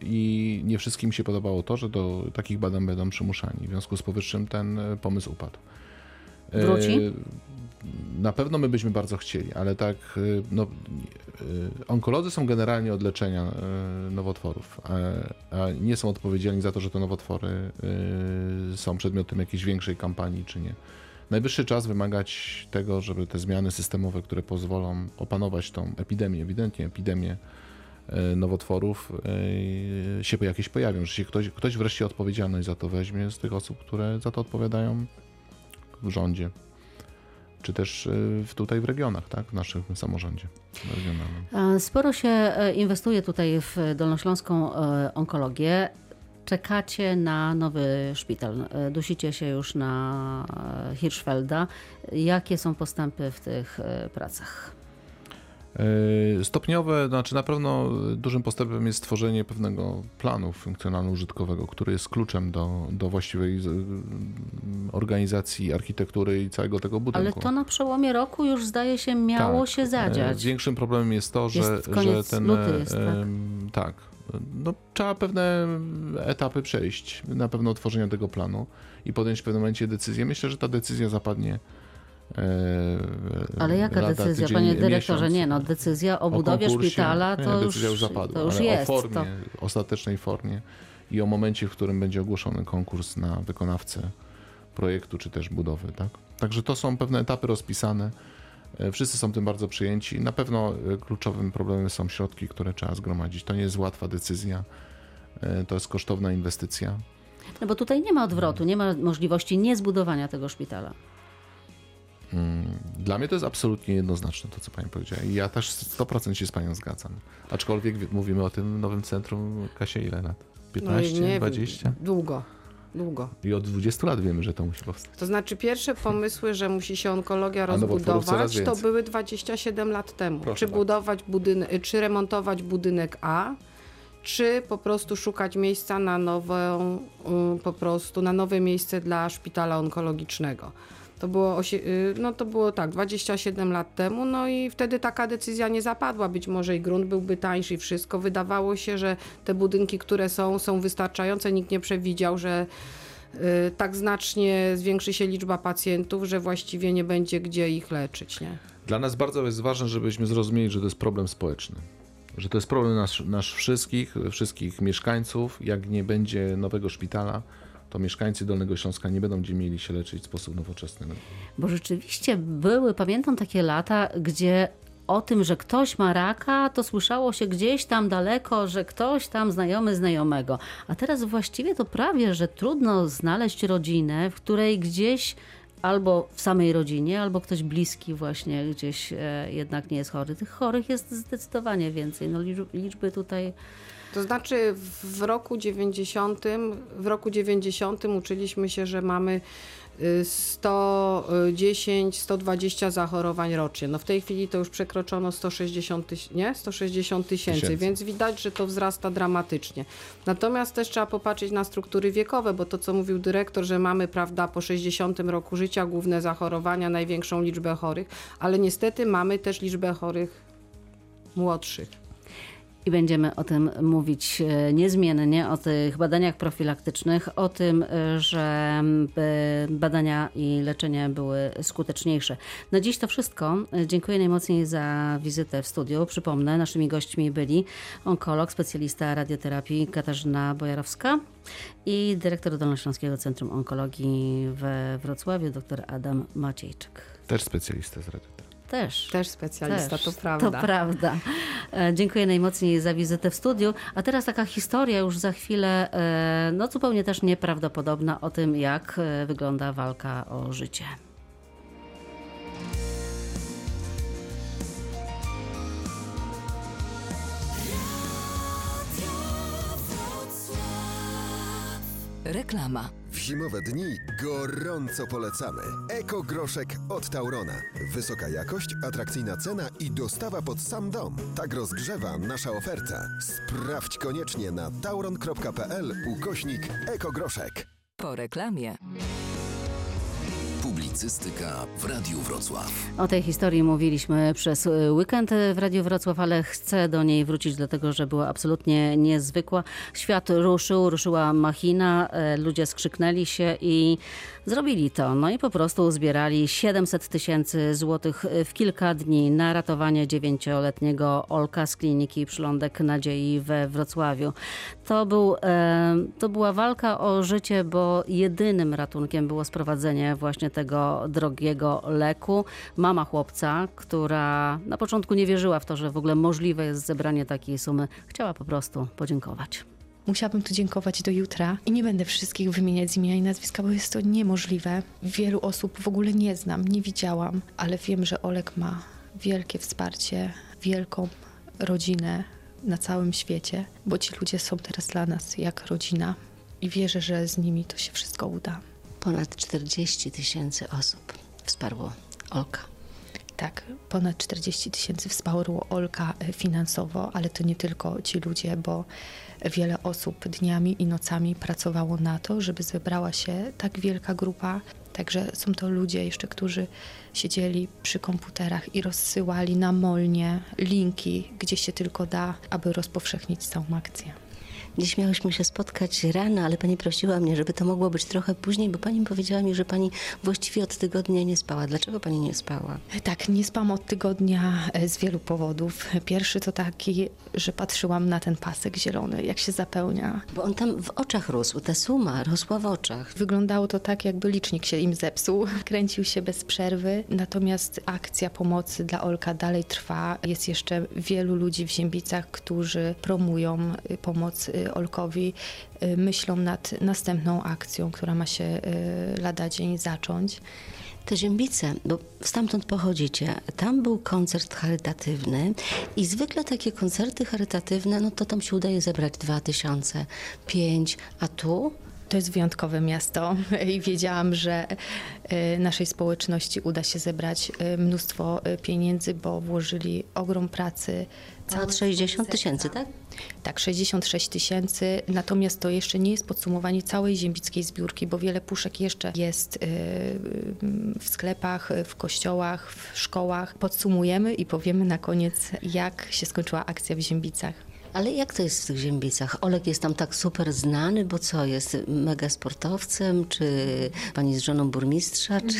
I nie wszystkim się podobało to, że do takich badań będą przymuszani. W związku z powyższym ten pomysł upadł. Wróci? na pewno my byśmy bardzo chcieli, ale tak, onkolodzy są generalnie od leczenia nowotworów, a nie są odpowiedzialni za to, że te nowotwory są przedmiotem jakiejś większej kampanii, czy nie. Najwyższy czas wymagać tego, żeby te zmiany systemowe, które pozwolą opanować tą epidemię, ewidentnie epidemię nowotworów, się jakieś pojawią, że się ktoś wreszcie odpowiedzialność za to weźmie z tych osób, które za to odpowiadają w rządzie, czy też tutaj w regionach, tak, w naszym samorządzie regionalnym. Sporo się inwestuje tutaj w dolnośląską onkologię. Czekacie na nowy szpital. Dusicie się już na Hirschfelda. Jakie są postępy w tych pracach? Stopniowe, znaczy na pewno dużym postępem jest stworzenie pewnego planu funkcjonalno-użytkowego, który jest kluczem do właściwej organizacji architektury i całego tego budynku. Ale to na przełomie roku już zdaje się miało się zadziać. Większym problemem jest to, że ten luty jest, tak. No, trzeba pewne etapy przejść, na pewno tworzenia tego planu i podjąć w pewnym momencie decyzję. Myślę, że ta decyzja zapadnie. Ale jaka decyzja, panie dyrektorze? Miesiąc, nie, no decyzja o budowie szpitala to już zapadła, to już ale jest. O formie, ostatecznej formie i o momencie, w którym będzie ogłoszony konkurs na wykonawcę projektu czy też budowy. Tak? Także to są pewne etapy rozpisane. Wszyscy są tym bardzo przyjęci. Na pewno kluczowym problemem są środki, które trzeba zgromadzić. To nie jest łatwa decyzja. To jest kosztowna inwestycja. No bo tutaj nie ma odwrotu, nie ma możliwości niezbudowania tego szpitala. Dla mnie to jest absolutnie jednoznaczne, to co pani powiedziała. I ja też 100% się z panią zgadzam. Aczkolwiek mówimy o tym nowym centrum, Kasia, ile lat? 15, nie, 20? Długo. I od 20 lat wiemy, że to musi powstać. To znaczy pierwsze pomysły, że musi się onkologia rozbudować, to były 27 lat temu. Czy budować czy remontować budynek A, czy po prostu szukać miejsca na nowe miejsce dla szpitala onkologicznego. To było tak, 27 lat temu, no i wtedy taka decyzja nie zapadła. Być może i grunt byłby tańszy i wszystko. Wydawało się, że te budynki, które są wystarczające. Nikt nie przewidział, że tak znacznie zwiększy się liczba pacjentów, że właściwie nie będzie gdzie ich leczyć. Nie? Dla nas bardzo jest ważne, żebyśmy zrozumieli, że to jest problem społeczny. Że to jest problem nasz wszystkich mieszkańców. Jak nie będzie nowego szpitala, to mieszkańcy Dolnego Śląska nie będą gdzie mieli się leczyć w sposób nowoczesny. Bo rzeczywiście pamiętam takie lata, gdzie o tym, że ktoś ma raka, to słyszało się gdzieś tam daleko, że ktoś tam znajomy znajomego. A teraz właściwie to prawie, że trudno znaleźć rodzinę, w której gdzieś albo w samej rodzinie, albo ktoś bliski właśnie gdzieś jednak nie jest chory. Tych chorych jest zdecydowanie więcej. No, liczby tutaj... To znaczy w roku 90 uczyliśmy się, że mamy 110-120 zachorowań rocznie. No w tej chwili to już przekroczono 160 tysięcy, więc widać, że to wzrasta dramatycznie. Natomiast też trzeba popatrzeć na struktury wiekowe, bo to, co mówił dyrektor, że mamy, prawda, po 60 roku życia główne zachorowania, największą liczbę chorych, ale niestety mamy też liczbę chorych młodszych. I będziemy o tym mówić niezmiennie, o tych badaniach profilaktycznych, o tym, że badania i leczenie były skuteczniejsze. Na dziś to wszystko. Dziękuję najmocniej za wizytę w studiu. Przypomnę, naszymi gośćmi byli onkolog, specjalista radioterapii Katarzyna Bojarowska i dyrektor Dolnośląskiego Centrum Onkologii we Wrocławiu, dr Adam Maciejczyk. Też specjalista z radioterapii. Też specjalista, to prawda. To prawda. Dziękuję najmocniej za wizytę w studiu. A teraz taka historia już za chwilę, no zupełnie też nieprawdopodobna, o tym, jak wygląda walka o życie. Reklama. W zimowe dni gorąco polecamy. Eko-groszek od Taurona. Wysoka jakość, atrakcyjna cena i dostawa pod sam dom. Tak rozgrzewa nasza oferta. Sprawdź koniecznie na tauron.pl/ekogroszek. Po reklamie. Publicyzm. Publicystyka w Radiu Wrocław. O tej historii mówiliśmy przez weekend w Radiu Wrocław, ale chcę do niej wrócić, dlatego że była absolutnie niezwykła. Świat ruszyła machina, ludzie skrzyknęli się i zrobili to. No i po prostu zbierali 700 000 złotych w kilka dni na ratowanie 9-letniego Olka z kliniki Przylądek Nadziei we Wrocławiu. To była walka o życie, bo jedynym ratunkiem było sprowadzenie właśnie tego drogiego leku. Mama chłopca, która na początku nie wierzyła w to, że w ogóle możliwe jest zebranie takiej sumy, chciała po prostu podziękować. Musiałabym tu dziękować do jutra i nie będę wszystkich wymieniać z imienia i nazwiska, bo jest to niemożliwe. Wielu osób w ogóle nie znam, nie widziałam, ale wiem, że Olek ma wielkie wsparcie, wielką rodzinę na całym świecie, bo ci ludzie są teraz dla nas jak rodzina i wierzę, że z nimi to się wszystko uda. Ponad 40 000 osób wsparło Olka. Tak, ponad 40 000 wsparło Olka finansowo, ale to nie tylko ci ludzie, bo wiele osób dniami i nocami pracowało na to, żeby zebrała się tak wielka grupa. Także są to ludzie jeszcze, którzy siedzieli przy komputerach i rozsyłali namolnie linki, gdzie się tylko da, aby rozpowszechnić całą akcję. Dziś miałyśmy się spotkać rano, ale pani prosiła mnie, żeby to mogło być trochę później, bo pani powiedziała mi, że pani właściwie od tygodnia nie spała. Dlaczego pani nie spała? Tak, nie spałam od tygodnia z wielu powodów. Pierwszy to taki, że patrzyłam na ten pasek zielony, jak się zapełnia. Bo on tam w oczach rósł, ta suma rosła w oczach. Wyglądało to tak, jakby licznik się im zepsuł. Kręcił się bez przerwy, natomiast akcja pomocy dla Olka dalej trwa. Jest jeszcze wielu ludzi w Ziębicach, którzy promują pomoc Olkowi, myślą nad następną akcją, która ma się lada dzień zacząć. Te Ziębice, bo stamtąd pochodzicie, tam był koncert charytatywny i zwykle takie koncerty charytatywne, no to tam się udaje zebrać 2000, 5, a tu? To jest wyjątkowe miasto i wiedziałam, że naszej społeczności uda się zebrać mnóstwo pieniędzy, bo włożyli ogrom pracy. Ponad 60 000, tak? Tak, 66 000, natomiast to jeszcze nie jest podsumowanie całej ziębickiej zbiórki, bo wiele puszek jeszcze jest w sklepach, w kościołach, w szkołach. Podsumujemy i powiemy na koniec, jak się skończyła akcja w Ziębicach. Ale jak to jest w tych Ziębicach? Olek jest tam tak super znany, bo co, jest mega sportowcem, czy pani z żoną burmistrza? Czy...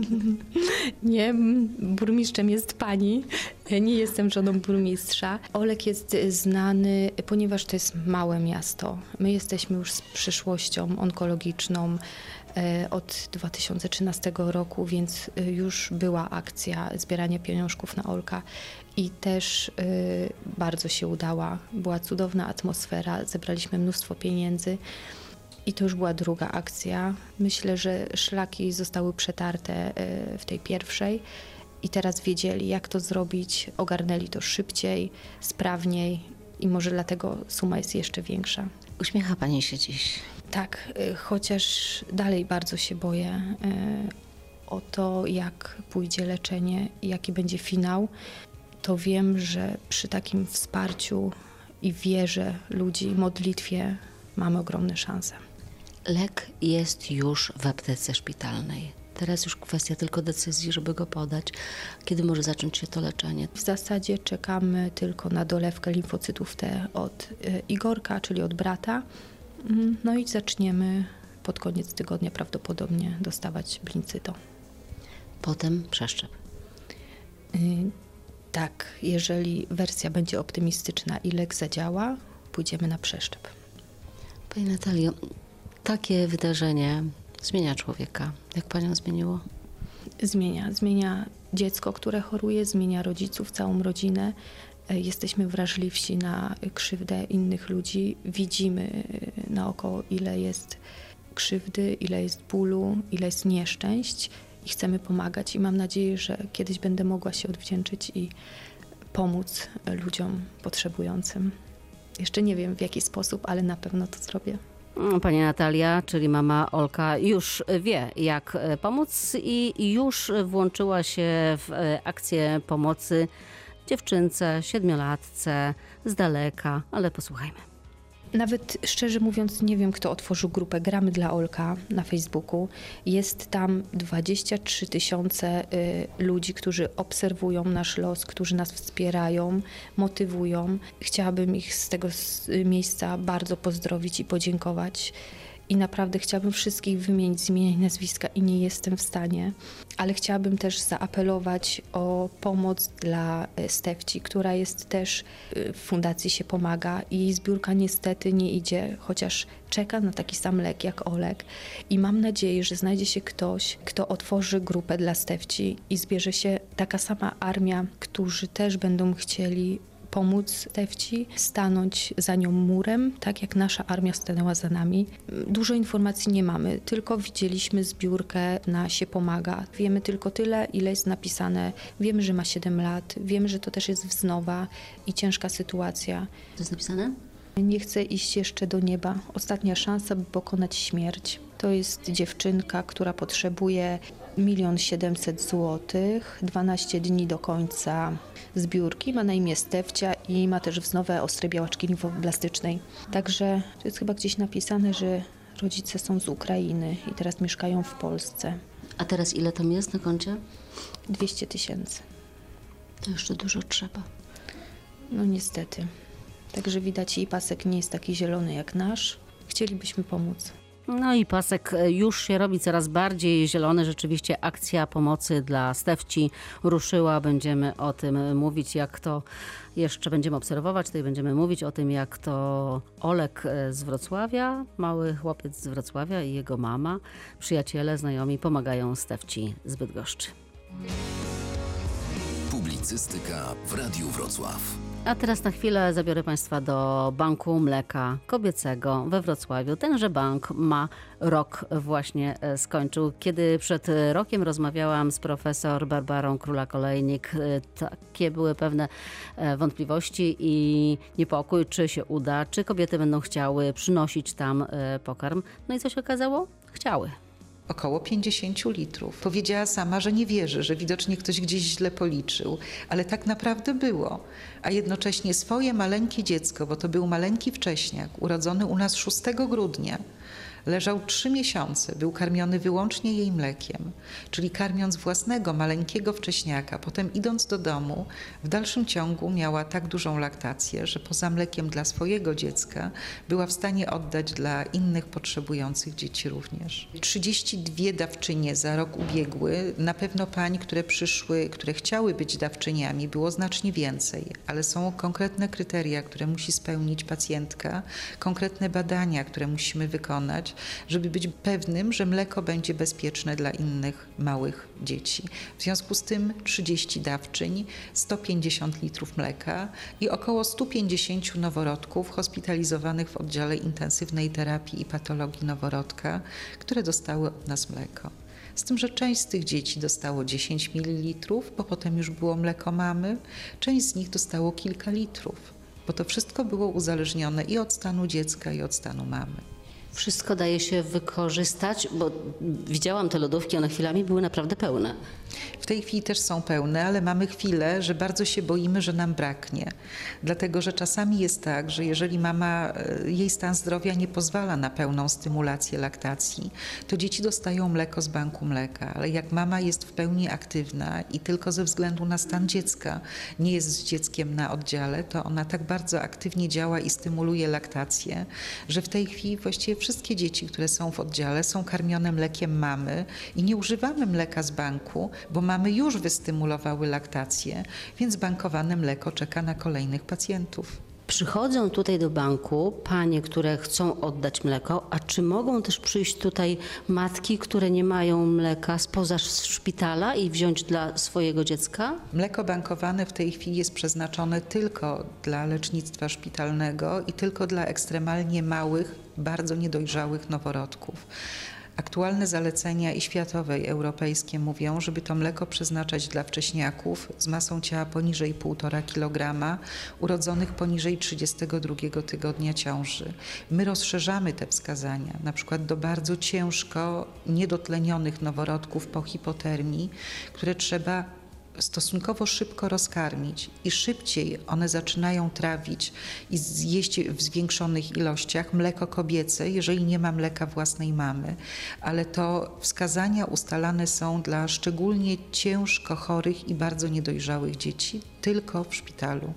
Nie, burmistrzem jest pani. Nie jestem żoną burmistrza. Olek jest znany, ponieważ to jest małe miasto. My jesteśmy już z przyszłością onkologiczną od 2013 roku, więc już była akcja zbierania pieniążków na Olka i też bardzo się udała. Była cudowna atmosfera, zebraliśmy mnóstwo pieniędzy i to już była druga akcja. Myślę, że szlaki zostały przetarte w tej pierwszej i teraz wiedzieli, jak to zrobić, ogarnęli to szybciej, sprawniej i może dlatego suma jest jeszcze większa. Uśmiecha pani się dziś. Tak, chociaż dalej bardzo się boję o to, jak pójdzie leczenie i jaki będzie finał, to wiem, że przy takim wsparciu i wierze ludzi, modlitwie mamy ogromne szanse. Lek jest już w aptece szpitalnej. Teraz już kwestia tylko decyzji, żeby go podać. Kiedy może zacząć się to leczenie? W zasadzie czekamy tylko na dolewkę limfocytów T od Igorka, czyli od brata. No i zaczniemy pod koniec tygodnia prawdopodobnie dostawać blincyto. Potem przeszczep. Tak, jeżeli wersja będzie optymistyczna i lek zadziała, pójdziemy na przeszczep. Pani Natalio, takie wydarzenie zmienia człowieka. Jak panią zmieniło? Zmienia dziecko, które choruje, zmienia rodziców, całą rodzinę. Jesteśmy wrażliwsi na krzywdę innych ludzi. Widzimy naokoło, ile jest krzywdy, ile jest bólu, ile jest nieszczęść i chcemy pomagać. I mam nadzieję, że kiedyś będę mogła się odwdzięczyć i pomóc ludziom potrzebującym. Jeszcze nie wiem, w jaki sposób, ale na pewno to zrobię. Pani Natalia, czyli mama Olka, już wie, jak pomóc i już włączyła się w akcję pomocy dziewczynce, 7-latce z daleka, ale posłuchajmy. Nawet szczerze mówiąc nie wiem, kto otworzył grupę Gramy dla Olka na Facebooku. Jest tam 23 000 ludzi, którzy obserwują nasz los, którzy nas wspierają, motywują. Chciałabym ich z tego miejsca bardzo pozdrowić i podziękować. I naprawdę chciałabym wszystkich wymienić z imienia i nazwiska i nie jestem w stanie. Ale chciałabym też zaapelować o pomoc dla Stefci, która jest też w Fundacji Się Pomaga i jej zbiórka niestety nie idzie, chociaż czeka na taki sam lek jak Olek. I mam nadzieję, że znajdzie się ktoś, kto otworzy grupę dla Stefci i zbierze się taka sama armia, którzy też będą chcieli pomóc Stefci, stanąć za nią murem, tak jak nasza armia stanęła za nami. Dużo informacji nie mamy, tylko widzieliśmy zbiórkę na Się Pomaga. Wiemy tylko tyle, ile jest napisane. Wiemy, że ma 7 lat, wiemy, że to też jest wznowa i ciężka sytuacja. To jest napisane? Nie chcę iść jeszcze do nieba. Ostatnia szansa, by pokonać śmierć. To jest dziewczynka, która potrzebuje 1 700 000 złotych, 12 dni do końca zbiórki. Ma na imię Stefcia i ma też wznowę ostrej białaczki limfoblastycznej. Także to jest chyba gdzieś napisane, że rodzice są z Ukrainy i teraz mieszkają w Polsce. A teraz ile tam jest na koncie? 200 000. To jeszcze dużo trzeba. No niestety. Także widać, jej pasek nie jest taki zielony jak nasz. Chcielibyśmy pomóc. No i pasek już się robi coraz bardziej zielony. Rzeczywiście akcja pomocy dla Stefci ruszyła. Będziemy o tym mówić, jak to jeszcze będziemy obserwować. Tutaj będziemy mówić o tym, jak to Olek z Wrocławia, mały chłopiec z Wrocławia i jego mama, przyjaciele, znajomi pomagają Stefci z Bydgoszczy. Publicystyka w Radiu Wrocław. A teraz na chwilę zabiorę Państwa do Banku Mleka Kobiecego we Wrocławiu. Tenże bank ma rok właśnie skończył. Kiedy przed rokiem rozmawiałam z profesor Barbarą Króla-Kolejnik, takie były pewne wątpliwości i niepokój, czy się uda, czy kobiety będą chciały przynosić tam pokarm. No i co się okazało? Chciały. Około 50 litrów. Powiedziała sama, że nie wierzy, że widocznie ktoś gdzieś źle policzył, ale tak naprawdę było. A jednocześnie swoje maleńkie dziecko, bo to był maleńki wcześniak, urodzony u nas 6 grudnia, leżał 3 miesiące, był karmiony wyłącznie jej mlekiem, czyli karmiąc własnego maleńkiego wcześniaka, potem idąc do domu, w dalszym ciągu miała tak dużą laktację, że poza mlekiem dla swojego dziecka była w stanie oddać dla innych potrzebujących dzieci również. 32 dawczynie za rok ubiegły, na pewno pań, które przyszły, które chciały być dawczyniami, było znacznie więcej, ale są konkretne kryteria, które musi spełnić pacjentka, konkretne badania, które musimy wykonać, żeby być pewnym, że mleko będzie bezpieczne dla innych małych dzieci. W związku z tym 30 dawczyń, 150 litrów mleka i około 150 noworodków hospitalizowanych w oddziale intensywnej terapii i patologii noworodka, które dostały od nas mleko. Z tym, że część z tych dzieci dostało 10 ml, bo potem już było mleko mamy, część z nich dostało kilka litrów, bo to wszystko było uzależnione i od stanu dziecka, i od stanu mamy. Wszystko daje się wykorzystać, bo widziałam te lodówki, one chwilami były naprawdę pełne. W tej chwili też są pełne, ale mamy chwilę, że bardzo się boimy, że nam braknie. Dlatego, że czasami jest tak, że jeżeli mama, jej stan zdrowia nie pozwala na pełną stymulację laktacji, to dzieci dostają mleko z banku mleka. Ale jak mama jest w pełni aktywna i tylko ze względu na stan dziecka nie jest z dzieckiem na oddziale, to ona tak bardzo aktywnie działa i stymuluje laktację, że w tej chwili właściwie wszystkie dzieci, które są w oddziale, są karmione mlekiem mamy i nie używamy mleka z banku, bo mamy już wystymulowały laktację, więc bankowane mleko czeka na kolejnych pacjentów. Przychodzą tutaj do banku panie, które chcą oddać mleko, a czy mogą też przyjść tutaj matki, które nie mają mleka spoza szpitala i wziąć dla swojego dziecka? Mleko bankowane w tej chwili jest przeznaczone tylko dla lecznictwa szpitalnego i tylko dla ekstremalnie małych, bardzo niedojrzałych noworodków. Aktualne zalecenia i światowe, i europejskie mówią, żeby to mleko przeznaczać dla wcześniaków z masą ciała poniżej 1,5 kg, urodzonych poniżej 32 tygodnia ciąży. My rozszerzamy te wskazania, na przykład do bardzo ciężko niedotlenionych noworodków po hipotermii, które trzeba stosunkowo szybko rozkarmić i szybciej one zaczynają trawić i zjeść w zwiększonych ilościach mleko kobiece, jeżeli nie ma mleka własnej mamy. Ale to wskazania ustalane są dla szczególnie ciężko chorych i bardzo niedojrzałych dzieci tylko w szpitalu.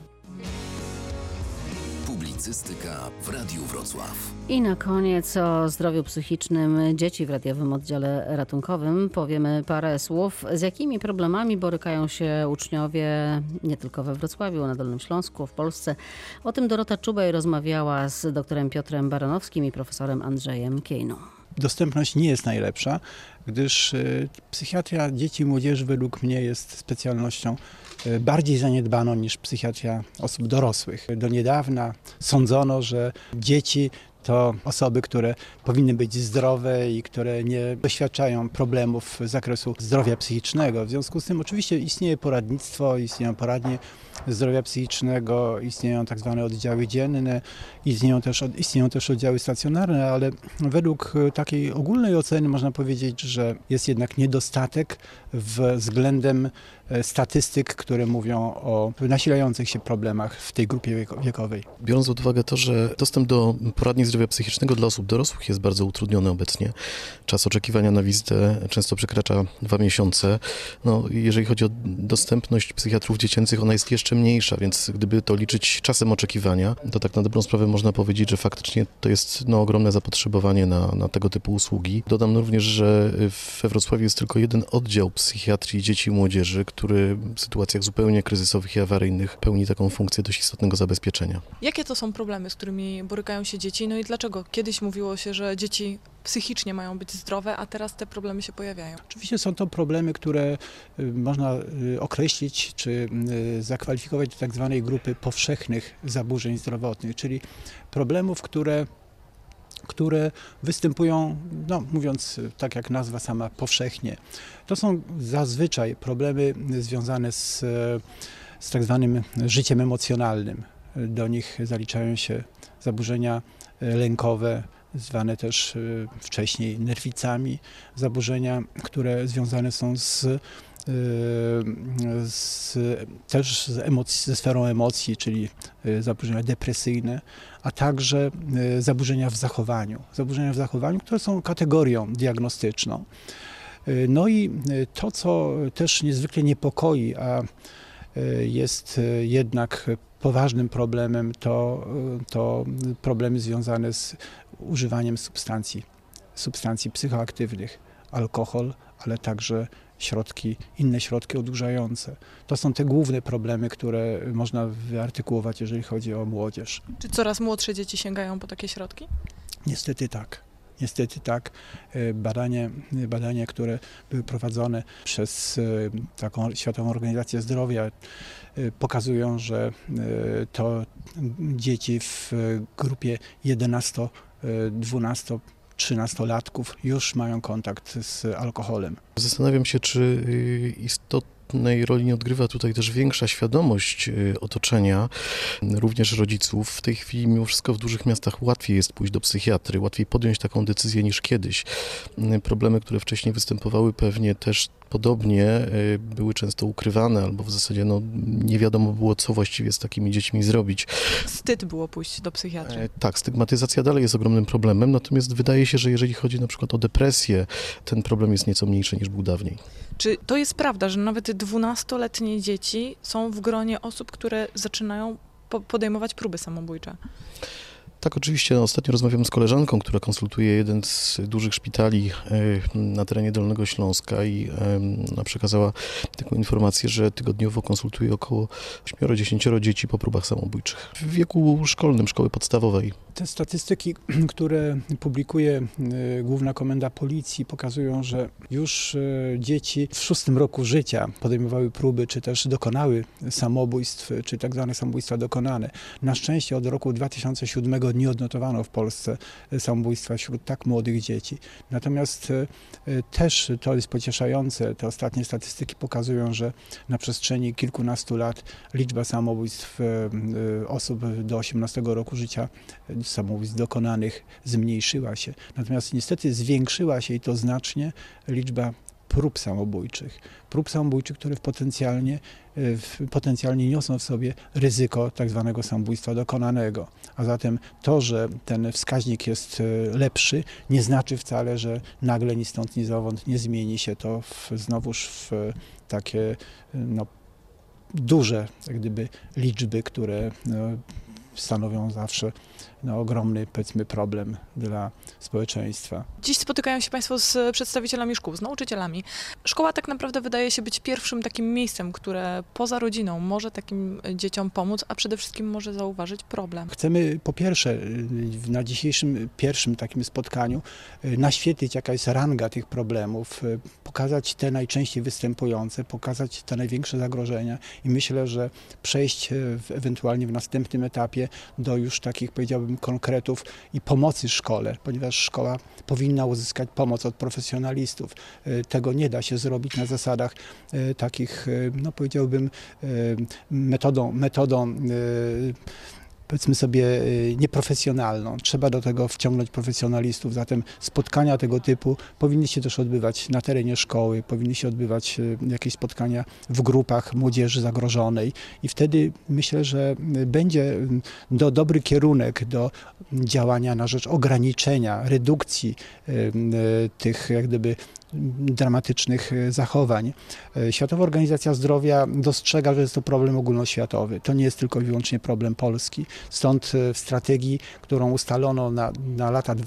Publicystyka w Radiu Wrocław. I na koniec o zdrowiu psychicznym dzieci w radiowym oddziale ratunkowym powiemy parę słów. Z jakimi problemami borykają się uczniowie nie tylko we Wrocławiu, na Dolnym Śląsku, w Polsce. O tym Dorota Czubej rozmawiała z doktorem Piotrem Baranowskim i profesorem Andrzejem Kiejną. Dostępność nie jest najlepsza, gdyż psychiatria dzieci i młodzieży według mnie jest specjalnością bardziej zaniedbaną niż psychiatria osób dorosłych. Do niedawna sądzono, że dzieci to osoby, które powinny być zdrowe i które nie doświadczają problemów z zakresu zdrowia psychicznego. W związku z tym oczywiście istnieje poradnictwo, istnieją poradnie zdrowia psychicznego, istnieją tak zwane oddziały dzienne, istnieją też oddziały stacjonarne, ale według takiej ogólnej oceny można powiedzieć, że jest jednak niedostatek względem statystyk, które mówią o nasilających się problemach w tej grupie wiekowej. Biorąc pod uwagę to, że dostęp do poradni zdrowia psychicznego dla osób dorosłych jest bardzo utrudniony obecnie. Czas oczekiwania na wizytę często przekracza 2 miesiące. Jeżeli chodzi o dostępność psychiatrów dziecięcych, ona jest jeszcze mniejsza, więc gdyby to liczyć czasem oczekiwania, to tak na dobrą sprawę można powiedzieć, że faktycznie to jest ogromne zapotrzebowanie na tego typu usługi. Dodam również, że we Wrocławiu jest tylko jeden oddział psychiatrii dzieci i młodzieży, który w sytuacjach zupełnie kryzysowych i awaryjnych pełni taką funkcję dość istotnego zabezpieczenia. Jakie to są problemy, z którymi borykają się dzieci? No i dlaczego kiedyś mówiło się, że dzieci psychicznie mają być zdrowe, a teraz te problemy się pojawiają? Oczywiście są to problemy, które można określić czy zakwalifikować do tak zwanej grupy powszechnych zaburzeń zdrowotnych, czyli problemów, które występują, mówiąc tak jak nazwa sama, powszechnie. To są zazwyczaj problemy związane z tak zwanym życiem emocjonalnym. Do nich zaliczają się zaburzenia lękowe, zwane też wcześniej nerwicami, zaburzenia, które związane są ze sferą emocji, czyli zaburzenia depresyjne, a także zaburzenia w zachowaniu. Zaburzenia w zachowaniu, które są kategorią diagnostyczną. No i to, co też niezwykle niepokoi, a jest jednak poważnym problemem, to problemy związane z używaniem substancji psychoaktywnych, alkohol, ale także inne środki odurzające. To są te główne problemy, które można wyartykułować, jeżeli chodzi o młodzież. Czy coraz młodsze dzieci sięgają po takie środki? Niestety tak. Badania, które były prowadzone przez taką Światową Organizację Zdrowia, pokazują, że to dzieci w grupie 11, 12, 13-latków już mają kontakt z alkoholem. Zastanawiam się, czy istotnej roli nie odgrywa tutaj też większa świadomość otoczenia, również rodziców. W tej chwili mimo wszystko w dużych miastach łatwiej jest pójść do psychiatry, łatwiej podjąć taką decyzję niż kiedyś. Problemy, które wcześniej występowały, pewnie też podobnie były często ukrywane, albo w zasadzie nie wiadomo było, co właściwie z takimi dziećmi zrobić. Wstyd było pójść do psychiatry. Tak, stygmatyzacja dalej jest ogromnym problemem, natomiast wydaje się, że jeżeli chodzi na przykład o depresję, ten problem jest nieco mniejszy niż był dawniej. Czy to jest prawda, że nawet 12-letnie dzieci są w gronie osób, które zaczynają podejmować próby samobójcze? Tak, oczywiście. Ostatnio rozmawiam z koleżanką, która konsultuje jeden z dużych szpitali na terenie Dolnego Śląska i ona przekazała taką informację, że tygodniowo konsultuje około 8-10 dzieci po próbach samobójczych w wieku szkolnym, szkoły podstawowej. Te statystyki, które publikuje Główna Komenda Policji, pokazują, że już dzieci w 6. roku życia podejmowały próby, czy też dokonały samobójstw, czy tak zwane samobójstwa dokonane. Na szczęście od roku 2007 nie odnotowano w Polsce samobójstwa wśród tak młodych dzieci. Natomiast też to jest pocieszające. Te ostatnie statystyki pokazują, że na przestrzeni kilkunastu lat liczba samobójstw osób do 18 roku życia, samobójstw dokonanych, zmniejszyła się. Natomiast niestety zwiększyła się i to znacznie liczba prób samobójczych, które potencjalnie niosą w sobie ryzyko tak zwanego samobójstwa dokonanego. A zatem to, że ten wskaźnik jest lepszy, nie znaczy wcale, że nagle ni stąd, ni zowąd nie zmieni się to znowuż w takie duże jak gdyby liczby, które stanowią zawsze ogromny, powiedzmy, problem dla społeczeństwa. Dziś spotykają się Państwo z przedstawicielami szkół, z nauczycielami. Szkoła tak naprawdę wydaje się być pierwszym takim miejscem, które poza rodziną może takim dzieciom pomóc, a przede wszystkim może zauważyć problem. Chcemy po pierwsze na dzisiejszym pierwszym takim spotkaniu naświetlić, jaka jest ranga tych problemów, pokazać te najczęściej występujące, pokazać te największe zagrożenia i myślę, że przejść ewentualnie w następnym etapie do już takich, powiedziałbym, konkretów i pomocy szkole, ponieważ szkoła powinna uzyskać pomoc od profesjonalistów. Tego nie da się zrobić na zasadach takich, powiedziałbym, metodą powiedzmy sobie nieprofesjonalną. Trzeba do tego wciągnąć profesjonalistów, zatem spotkania tego typu powinny się też odbywać na terenie szkoły, powinny się odbywać jakieś spotkania w grupach młodzieży zagrożonej i wtedy myślę, że będzie dobry kierunek do działania na rzecz ograniczenia, redukcji tych jak gdyby dramatycznych zachowań. Światowa Organizacja Zdrowia dostrzega, że jest to problem ogólnoświatowy. To nie jest tylko i wyłącznie problem polski. Stąd w strategii, którą ustalono na lata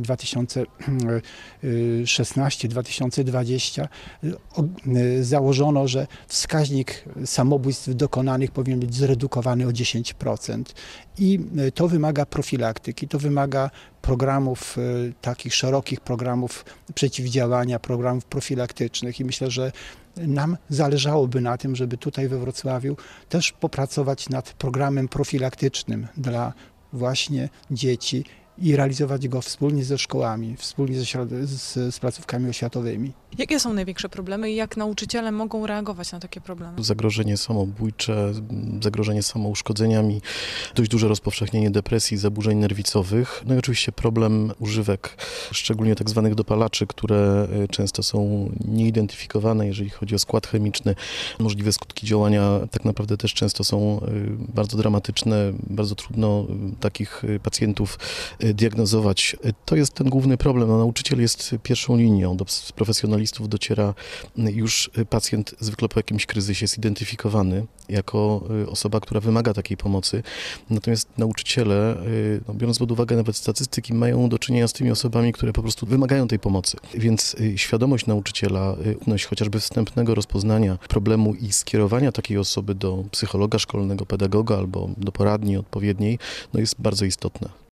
2016-2020 założono, że wskaźnik samobójstw dokonanych powinien być zredukowany o 10%. I to wymaga profilaktyki, to wymaga programów, takich szerokich programów przeciwdziałania, programów profilaktycznych i myślę, że nam zależałoby na tym, żeby tutaj we Wrocławiu też popracować nad programem profilaktycznym dla właśnie dzieci i realizować go wspólnie ze szkołami, wspólnie z placówkami oświatowymi. Jakie są największe problemy i jak nauczyciele mogą reagować na takie problemy? Zagrożenie samobójcze, zagrożenie samouszkodzeniami, dość duże rozpowszechnienie depresji, zaburzeń nerwicowych. No i oczywiście problem używek, szczególnie tak zwanych dopalaczy, które często są nieidentyfikowane, jeżeli chodzi o skład chemiczny. Możliwe skutki działania tak naprawdę też często są bardzo dramatyczne, bardzo trudno takich pacjentów diagnozować. To jest ten główny problem. No, nauczyciel jest pierwszą linią, do profesjonalistów dociera już pacjent zwykle po jakimś kryzysie zidentyfikowany jako osoba, która wymaga takiej pomocy. Natomiast nauczyciele, biorąc pod uwagę nawet statystyki, mają do czynienia z tymi osobami, które po prostu wymagają tej pomocy. Więc świadomość nauczyciela, chociażby wstępnego rozpoznania problemu i skierowania takiej osoby do psychologa szkolnego, pedagoga albo do poradni odpowiedniej, jest bardzo istotna.